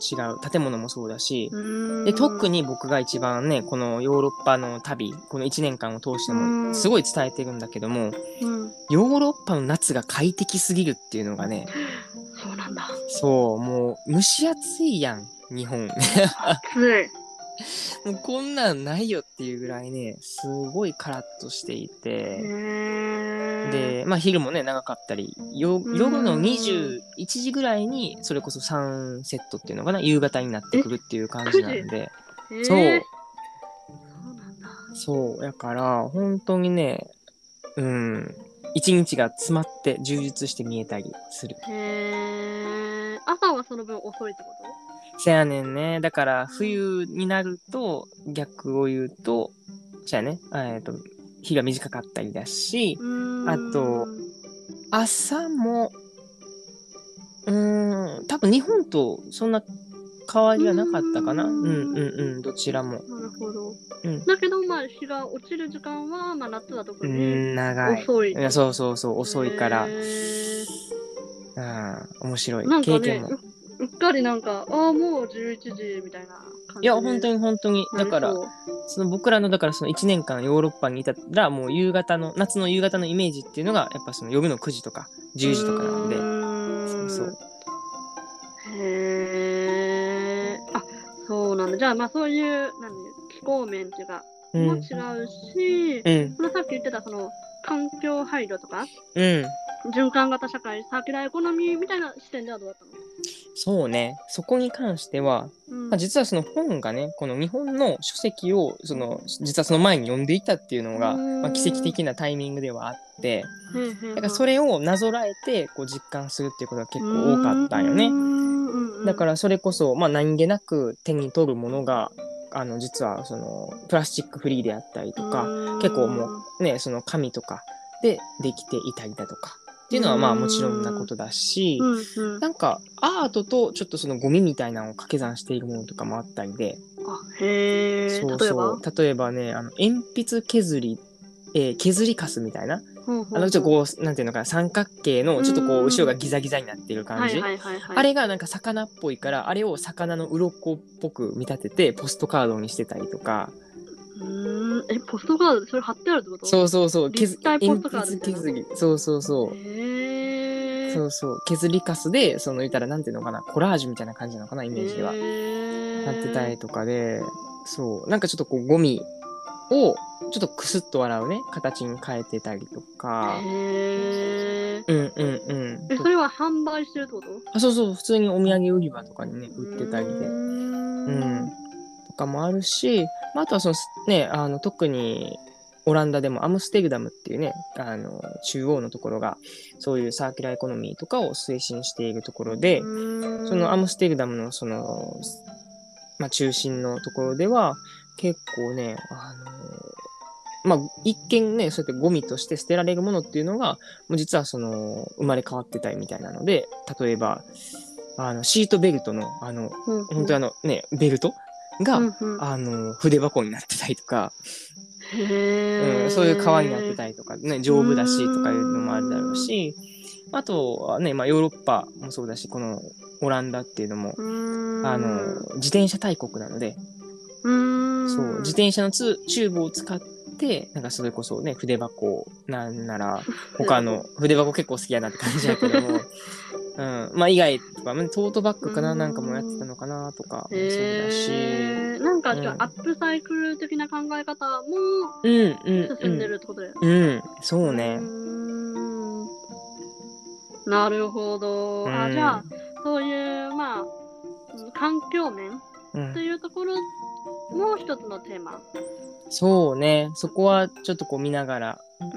違う建物もそうだし、 うーんで特に僕が一番ねこのヨーロッパの旅このいちねんかんを通してもすごい伝えてるんだけども、 うん、 ヨーロッパの夏が快適すぎるっていうのがね、 そうなんだ。 そうもう蒸し暑いやん日本。 暑い。 もうこんなんないよっていうぐらいねすごいカラッとしていて、でまあ昼もね長かったり、よ夜のにじゅういちじぐらいにそれこそサンセットっていうのかな、夕方になってくるっていう感じなんで、そうそうなんだ。 そうだから本当にね、うん一日が詰まって充実して見えたりする。 へえ。朝はその分遅いってこと？ せやねんね。だから冬になると逆を言うと、そやね、えっと日が短かったりだし、あと朝もうーん多分日本とそんな変わりはなかったかな。うんうんうんどちらも。 なるほど。 うん、 だけどまあ日が落ちる時間はまあ夏だと特うにん長い。 遅い。 いやそうそうそう遅いから。 へうん面白いなんかね経験も。 う、うっかりなんかああもうじゅういちじみたいな感じで。 いや本当に本当にだからその僕らのだからそのいちねんかんヨーロッパにいたらもう夕方の夏の夕方のイメージっていうのがやっぱその夜のくじとかじゅうじとかなんで、そうそう。 へえ。あ、そうなんだ。じゃあまあそういう何気候面っていうかも違うし、 うん、 そのさっき言ってたその環境配慮とか、 うん、 循環型社会、サーキュラーエコノミーみたいな視点ではどうだったの？ そうね。そこに関しては、 うんまあ、実はその本がね、この日本の書籍をその実はその前に読んでいたっていうのが、まあ、奇跡的なタイミングではあって、だからそれをなぞらえてこう実感するっていうことが結構多かったんよね。だからそれこそ、まあ、何気なく手に取るものがあの実はそのプラスチックフリーであったりとか、結構もうねその紙とかでできていたりだとかっていうのはまあもちろんなことだし、なんかアートとちょっとそのゴミみたいなのを掛け算しているものとかもあったりで、 あへーそうそう例えばねあの鉛筆削り、えー、削りカスみたいな、あのちょっとこうなんていうのかな三角形のちょっとこう後ろがギザギザになってる感じ、あれがなんか魚っぽいからあれを魚の鱗っぽく見立ててポストカードにしてたりとか。 うーんえポストカードでそれ貼ってあるってこと？ そうそうそう立体ポストカードみたいな。 鉛筆削りそうそうそうへーそうそう削りカスでその言ったらなんていうのかなコラージュみたいな感じなのかなイメージではなってたりとかで、そうなんかちょっとこうゴミをちょっとクスッと笑うね形に変えてたりとか。 へーうんうんうんえそれは販売してるってこと？ あそうそう普通にお土産売り場とかにね売ってたりでうーんうんとかもあるし、まあ、あとはそのねあの特にオランダでもアムステルダムっていうねあの中央のところがそういうサーキュラーエコノミーとかを推進しているところで、そのアムステルダムのその、まあ、中心のところでは結構ねあのまあ一見ねそうやってゴミとして捨てられるものっていうのがもう実はその生まれ変わってたりみたいなので、例えばあのシートベルトのあの、うんうん、本当にあのねベルトが、うんうん、あの筆箱になってたりとか、 へうん、そういう革になってたりとかね丈夫だしとかいうのもあるだろうし、あとはね、まあ、ヨーロッパもそうだしこのオランダっていうのもあの自転車大国なので、そう自転車のチューブを使ってなんかそれこそね筆箱なんなら他の筆箱結構好きやなって感じだけどもうん、まあ以外とかトートバッグかななんかもやってたのかなとかそうだし、 なんか、うん、アップサイクル的な考え方も進んでるってことだよね。 うん、うんうん、そうね。 なるほど。あじゃあそういうまあ環境面というところもう一つのテーマ。 そうねそこはちょっとこう見ながら、うん、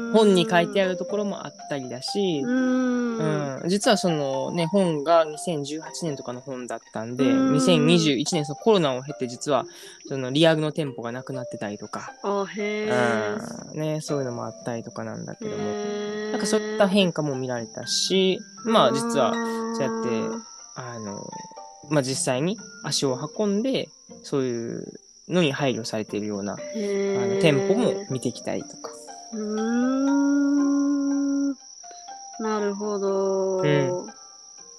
本に書いてあるところもあったりだし、うんうん、実はそのね本がにせんじゅうはちねんとかの本だったんでにせんにじゅういちねんそのコロナを経て実はそのリアルの店舗がなくなってたりとか、 あへうんね、そういうのもあったりとかなんだけどもなんかそういった変化も見られたしまあ実はそうやってあの、まあ、実際に足を運んでそういうのに配慮されているようなあの店舗も見てきたりとか。 うーんなるほど。うん、それ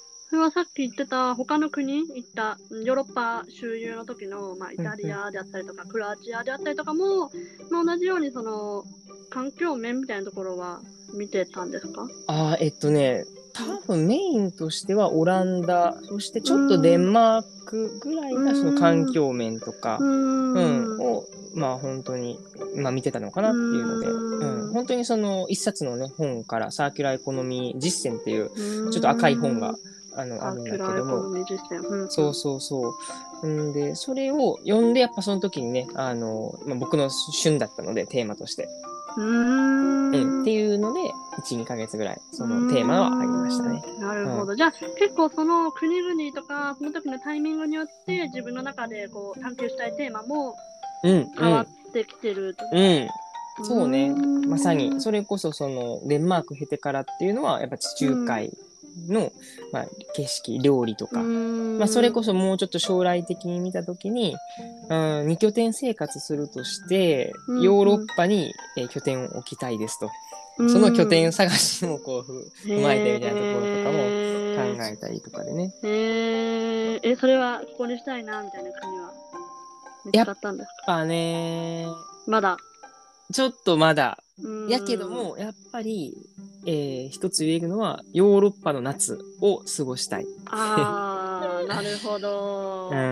はさっき言ってた他の国行ったヨーロッパ周遊の時の、まあ、イタリアであったりとか、うんうん、クロアチアであったりとかも、まあ、同じようにその環境面みたいなところは見てたんですか？ あえっとね多分メインとしてはオランダ、そしてちょっとデンマークぐらいがその環境面とか、うん、うん、をまあ本当に、まあ、見てたのかなっていうので、うん、本当にその一冊のね本からサーキュラーエコノミー実践っていうちょっと赤い本があのあるんだけども、うん、そうそうそう。んでそれを読んでやっぱその時にねあの、まあ、僕の旬だったのでテーマとして。 うーん、 うん、っていうのでいち、にかげつぐらいそのテーマはありましたね。 なるほど、うん、じゃあ結構その国々とかその時のタイミングによって自分の中でこう探求したいテーマも変わってきてると、 うん、うんうん、そうね、まさにそれこそそのデンマーク経てからっていうのはやっぱ地中海の、うんまあ、景色料理とか、まあ、それこそもうちょっと将来的に見た時に、うん、に拠点生活するとしてヨーロッパに、えー、拠点を置きたいですと、その拠点探しもこう踏まえてみたいなところとかも考えたりとかでね。 へえ、それはここにしたいなみたいな国は見つかったんですか？ やっぱねまだちょっとまだやけどもやっぱり、えー、一つ言えるのはヨーロッパの夏を過ごしたい。 あーなるほど、うん、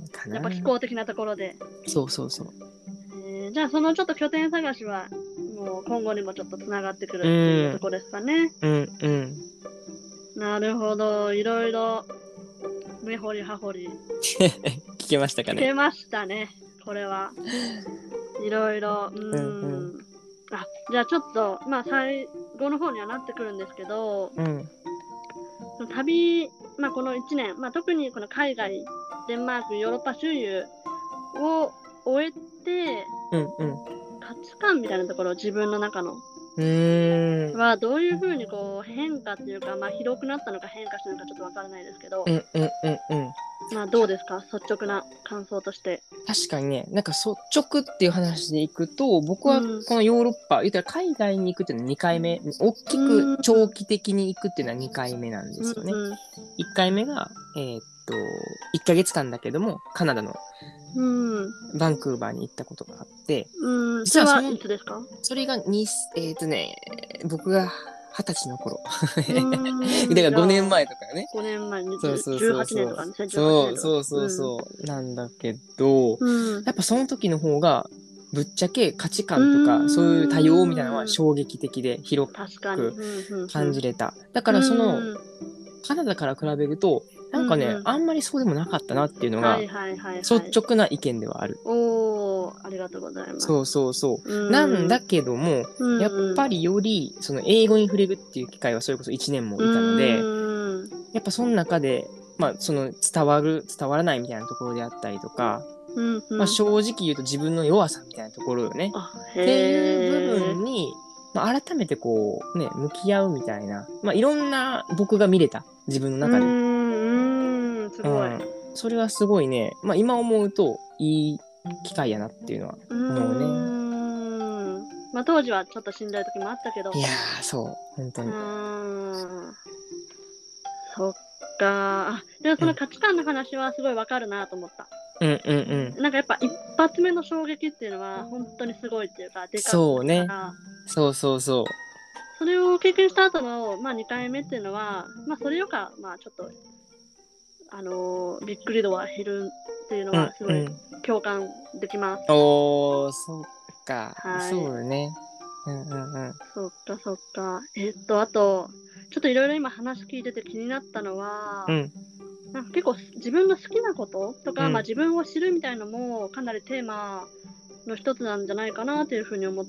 かなやっぱ気候的なところで。 そうそうそう、 えー、じゃあそのちょっと拠点探しはもう今後にもちょっとつながってくるっていうところですかね。 うんうん、 なるほど、いろいろ根掘り葉掘り聞けましたかね？ 聞けましたね、これはいろいろ。うん、うん、あじゃあちょっとまあ最後の方にはなってくるんですけど、うん、旅、まあ、このいちねん、まあ、特にこの海外デンマークヨーロッパ周遊を終えて、うんうん、価値観みたいなところ自分の中のうーんはどういう風にこう変化っていうか、まあ、広くなったのか変化したのかちょっとわからないですけど、うんうんうんうんまあどうですか、率直な感想として。 確かにね、なんか率直っていう話でいくと僕はこのヨーロッパ、うん、言ったら海外に行くっていうのはにかいめ、大きく長期的に行くっていうのはにかいめなんですよね。うんうん、いっかいめが、えー、っといっかげつかんだけどもカナダのバンクーバーに行ったことがあって、 うん、実はそれはいつですか？ それがにえー、っとね僕がはたちの頃だからごねんまえとかね。 ごねんまえにじゅうはちねんとかね。 そうそうそうそう、うん、なんだけど、うん、やっぱその時の方がぶっちゃけ価値観とかそういう多様みたいなのは衝撃的で広く感じれた。だからそのカナダから比べるとなんかね、うんうん、あんまりそうでもなかったなっていうのが率直な意見ではある。 おー、ありがとうございます。 そうそうそう。うん、なんだけども、うんうん、やっぱりよりその英語に触れるっていう機会はそれこそいちねんもいたので、うん、やっぱその中で、まあ、その伝わる伝わらないみたいなところであったりとか、うんうんまあ、正直言うと自分の弱さみたいなところよね。っていう部分に、まあ、改めてこうね向き合うみたいな、まあ、いろんな僕が見れた自分の中で。 うんすごい、うん、 それはすごいね、まあ、今思うといい機会やなっていうのは思うね。 うんまあ、当時はちょっとしんどい時もあったけど。 いやーそう本当に。 うんそっか。でもその価値観の話はすごいわかるなと思った。うんうんうん。なんかやっぱ一発目の衝撃っていうのは本当にすごいっていうかでかいから。 そうね。そうそうそう。 それを経験した後のまあにかいめっていうのはまあそれよかまあちょっとあのー、びっくり度は減るっていうのはすごい共感できます。 うんうん、おーそっか、はい、そうよね。うんうんうん。 そっかそっか。えっとあとちょっといろいろ今話聞いてて気になったのは、うん、なんか結構自分の好きなこととか、うんまあ、自分を知るみたいのもかなりテーマの一つなんじゃないかなというふうに思って、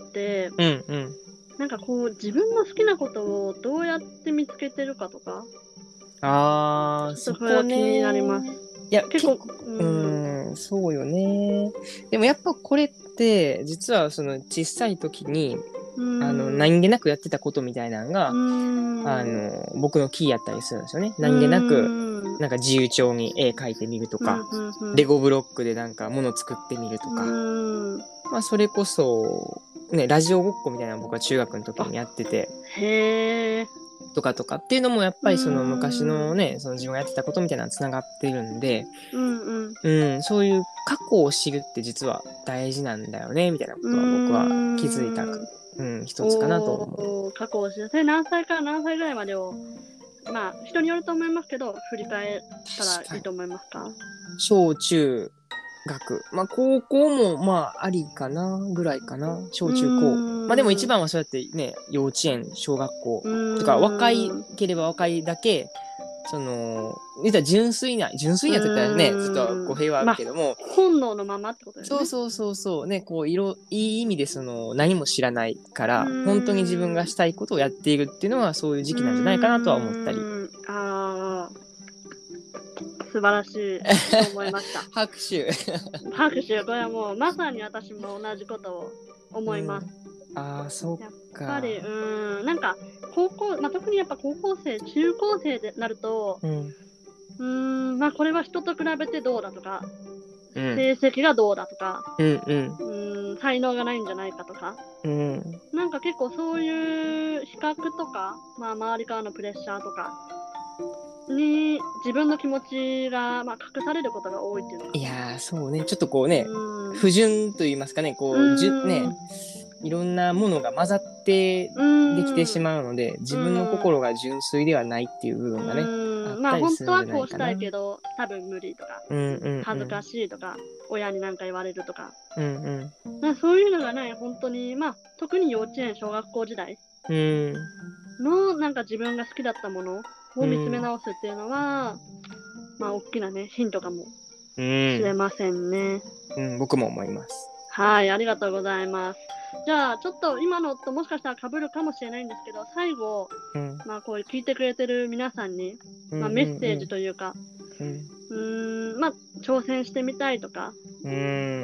うんうん、なんかこう自分の好きなことをどうやって見つけてるかとか、 あー、 そこが気になります。 いや結構うん、うん、そうよね。でもやっぱこれって実はその小さい時にあの何気なくやってたことみたいなのがあの僕のキーやったりするんですよね。何気なくなんか自由帳に絵描いてみるとか、レゴブロックでなんか物作ってみるとか、まあそれこそねラジオごっこみたいなの僕は中学の時にやってて。 へー。 とかとかっていうのもやっぱりその昔のねその自分がやってたことみたいなのつながってるんで、 うんうん、 うん、そういう過去を知るって実は大事なんだよねみたいなことは僕は気づいた、うん、一つかなと思う。過去を知る。それ何歳から何歳ぐらいまでを、まあ人によると思いますけど振り返ったらいいと思いますか？ 小中学、まあ高校もまあありかなぐらいかな、小中高。まあでも一番はそうやってね幼稚園小学校とか若いければ若いだけその言ったら純粋な純粋なって言ったらねちょっと語弊はあるけども、 まあ、本能のままってことですね。 そうそうそうそうね、こういろいい意味でその何も知らないから本当に自分がしたいことをやっているっていうのはそういう時期なんじゃないかなとは思ったり。 ああ、素晴らしいと思いました。 拍手拍手。これはもうまさに私も同じことを思います。 うん、ああそうか。 やっぱりうんなんか高校、まあ、特にやっぱ高校生中高生でなると、うん、うんまあこれは人と比べてどうだとか、うん、成績がどうだとか、うんうん、うん才能がないんじゃないかとか、うん、なんか結構そういう比較とか、まあ、周りからのプレッシャーとかに自分の気持ちが、まあ、隠されることが多いっていうのか。 いやーそうね、ちょっとこうね、うん、不純と言いますかね、こう、うん、じゅねいろんなものが混ざってできてしまうので、自分の心が純粋ではないっていう部分がね、あったりするんじゃないかな。まあ本当はこうしたいけど多分無理とか、うんうんうん、恥ずかしいとか親に何か言われるとか、うんうん、そういうのがない本当にまあ特に幼稚園小学校時代のなんか自分が好きだったものを見つめ直すっていうのは、うん、まあ大きなねヒントかもしれませんね、 うんうん、僕も思います。 はい、ありがとうございます。じゃあちょっと今のともしかしたら被るかもしれないんですけど、最後、うん、まあこういう聞いてくれてる皆さんに、まあ、メッセージというか、うん、うーんまあ挑戦してみたいとか、うん、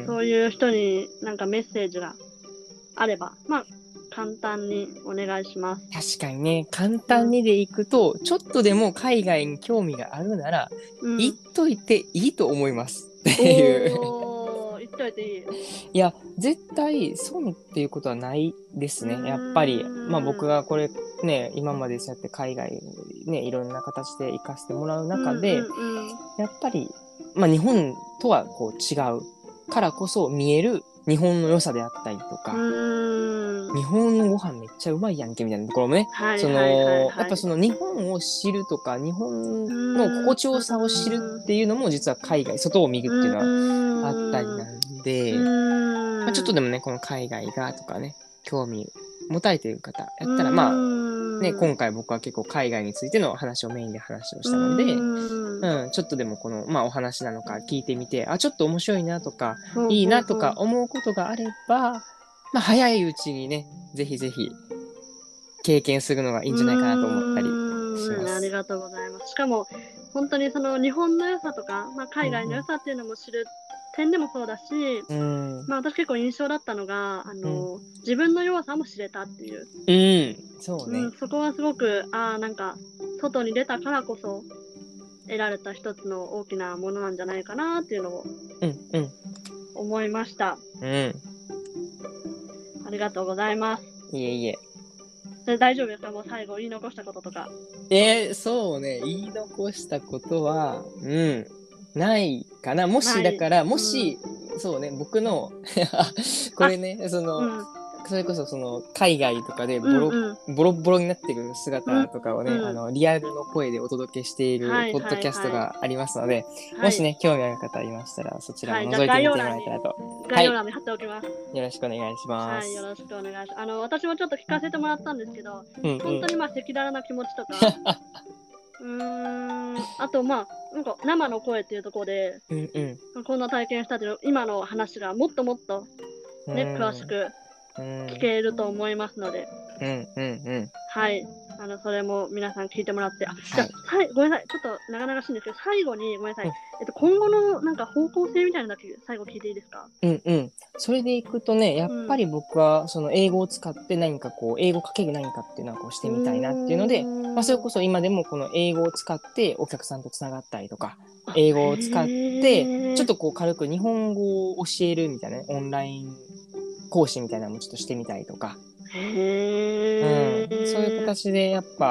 そういう人になんかメッセージがあれば、まあ簡単にお願いします。 確かにね、簡単にでいくと、うん、ちょっとでも海外に興味があるなら、うん、言っといていいと思いますっていう。 言っといていい。 いや絶対損っていうことはないですね。やっぱりまあ僕がこれね今までそうやって海外にねいろんな形で行かせてもらう中で、うんうんうん、やっぱりまあ日本とはこう違うからこそ見える日本の良さであったりとか、日本のご飯めっちゃうまいやんけみたいなところもね、はいはいはいはい、そのやっぱその日本を知るとか日本の心地よさを知るっていうのも実は海外外を見るっていうのはあったりなんで、まあ、ちょっとでもねこの海外がとかね興味持たれている方やったらまあね今回僕は結構海外についての話をメインで話をしたので、うん、ちょっとでもこのまあお話なのか聞いてみてあちょっと面白いなとかいいなとか思うことがあれば、まあ、早いうちにねぜひぜひ経験するのがいいんじゃないかなと思ったりします。 ありがとうございます。しかも本当にその日本の良さとか、まあ、海外の良さっていうのも知る点でもそうだし、うんまあ、私結構印象だったのがあの、うん、自分の弱さも知れたっていう、 うんそうねうん、 そこはすごくあなんか外に出たからこそ得られた一つの大きなものなんじゃないかなっていうのを思いました、うんうん、ありがとうございます。 いえいえ。 それ大丈夫ですか？もう最後言い残したこととか。 えー、そうね言い残したことはうんないかな。もしだからもし、うん、そうね僕のこれねその、うん、それこそその海外とかでボロ、うんうん、ボロボロになってる姿とかをね、うん、あのリアルの声でお届けしているポッドキャストがありますので、はいはいはい、もしね興味ある方いましたらそちらも覗いてみてもらえたらと、 概要欄に貼っておきます、 はい、よろしくお願いします。 はいよろしくお願いします。あの私もちょっと聞かせてもらったんですけど、うんうん、本当にまあ赤裸々な気持ちとかうーんあとまあなんか生の声っていうところで、うんうん、こんな体験したっていう今の話がもっともっとね、詳しく聞けると思いますので、うんうんうん、はいあのそれも皆さん聞いてもらってあ、はい、じゃあさいごめんなさいちょっと長々しいんですけど最後にごめんなさい、うんえっと、今後のなんか方向性みたいなのだけ最後聞いていいですか？ うんうんそれでいくとねやっぱり僕はその英語を使って何かこう英語かける何かっていうのはこうしてみたいなっていうので、まあ、それこそ今でもこの英語を使ってお客さんとつながったりとか英語を使ってちょっとこう軽く日本語を教えるみたいな、ね、オンライン講師みたいなのもちょっとしてみたりとか、へうん、そういう形でやっぱ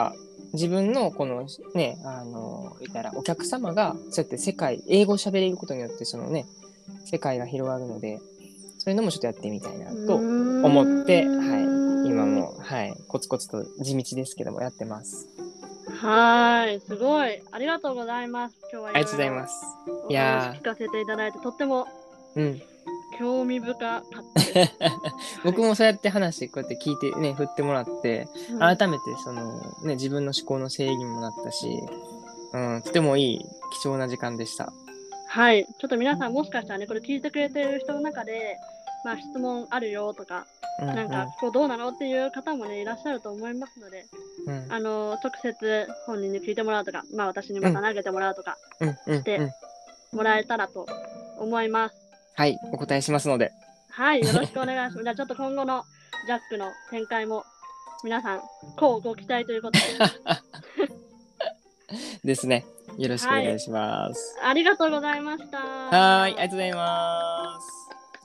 自分のこのね、あの言ったらお客様がそうやって世界英語を喋れることによってそのね世界が広がるので、そういうのもちょっとやってみたいなと思って、はい、今もはいコツコツと地道ですけどもやってます。 はい、すごいありがとうございます。今日はありがとうございます。 お話聞かせていただいてとってもうん興味深かったです。 僕もそうやって話こうやって聞いてね振ってもらって、うん、改めてそのね自分の思考の整理にもなったし、うん、とてもいい貴重な時間でした。 はい、ちょっと皆さんもしかしたらねこれ聞いてくれている人の中で、まあ、質問あるよとか、うんうん、なんかこうどうなのっていう方もねいらっしゃると思いますので、うん、あの直接本人に聞いてもらうとか、まあ、私にまた投げてもらうとかしてもらえたらと思います。 はい、お答えしますので。 はい、よろしくお願いします。じゃあちょっと今後のジャックの展開も皆さんこうご期待ということでですね。よろしくお願いします。 はい、ありがとうございました。 はい、ありがとうございます。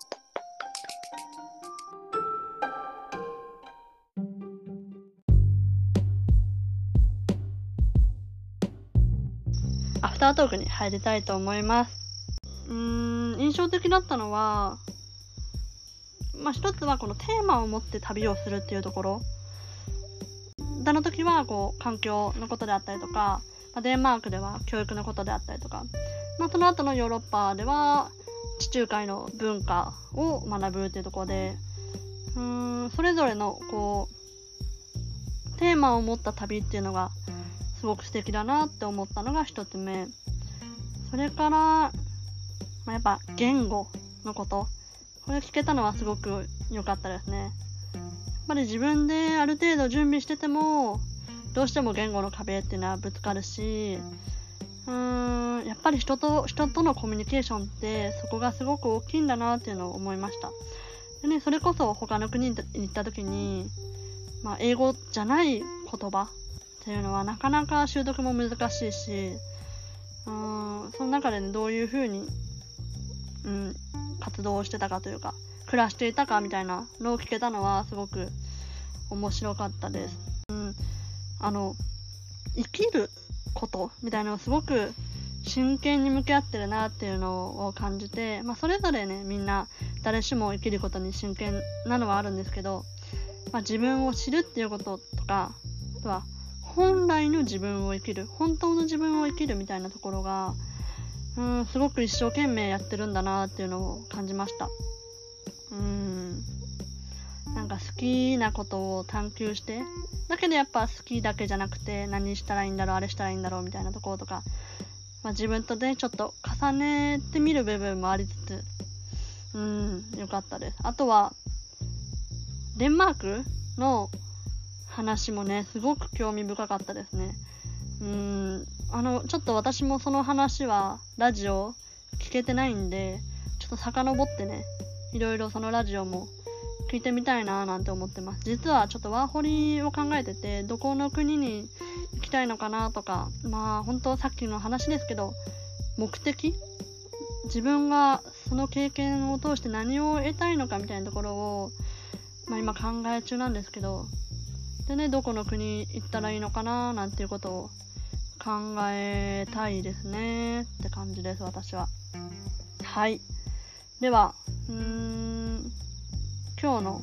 アフタートークに入りたいと思います。うーん、印象的だったのは、まあ一つはこのテーマを持って旅をするっていうところ。他の時はこう環境のことであったりとか、まあ、デンマークでは教育のことであったりとか、まあ、その後のヨーロッパでは地中海の文化を学ぶっていうところで、うーんそれぞれのこうテーマを持った旅っていうのがすごく素敵だなって思ったのが一つ目。それから、まあ、やっぱ言語のことこれ聞けたのはすごく良かったですね。やっぱり自分である程度準備しててもどうしても言語の壁っていうのはぶつかるし、うーんやっぱり人と人とのコミュニケーションってそこがすごく大きいんだなっていうのを思いました。でね、それこそ他の国に行った時に、まあ、英語じゃない言葉っていうのはなかなか習得も難しいし、うーんその中で、ね、どういうふうに、うん、活動をしてたかというか暮らしていたかみたいなのを聞けたのはすごく面白かったです。うん、あの生きることみたいなのをすごく真剣に向き合ってるなっていうのを感じて、まあ、それぞれねみんな誰しも生きることに真剣なのはあるんですけど、まあ、自分を知るっていうこととかあとは本来の自分を生きる本当の自分を生きるみたいなところがうんすごく一生懸命やってるんだなっていうのを感じました。うんなんか好きなことを探求してだけどやっぱ好きだけじゃなくて何したらいいんだろうあれしたらいいんだろうみたいなところとか、まあ、自分とねちょっと重ねてみる部分もありつつうんよかったです。あとはデンマークの話もねすごく興味深かったですね。うんあのちょっと私もその話はラジオ聞けてないんでちょっと遡ってねいろいろそのラジオも聞いてみたいななんて思ってます。実はちょっとワーホリを考えててどこの国に行きたいのかなとか、まあ本当さっきの話ですけど目的自分がその経験を通して何を得たいのかみたいなところを、まあ、今考え中なんですけどでねどこの国行ったらいいのかななんていうことを考えたいですねって感じです私は。はい、ではうーん今日の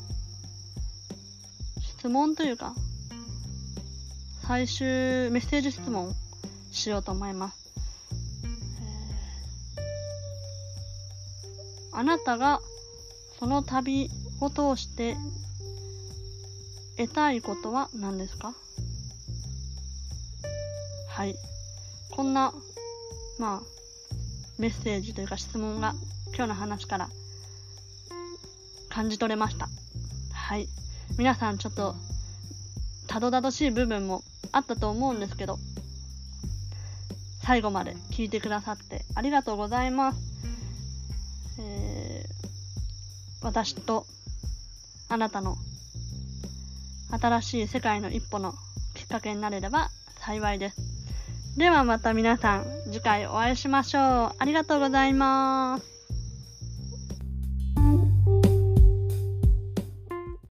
質問というか最終メッセージ質問しようと思います。えー、あなたがその旅を通して得たいことは何ですか？はい、こんなまあメッセージというか質問が今日の話から感じ取れました。はい、皆さんちょっとたどたどしい部分もあったと思うんですけど最後まで聞いてくださってありがとうございます。えー、私とあなたの新しい世界の一歩のきっかけになれれば幸いです。ではまた皆さん次回お会いしましょう。ありがとうございます。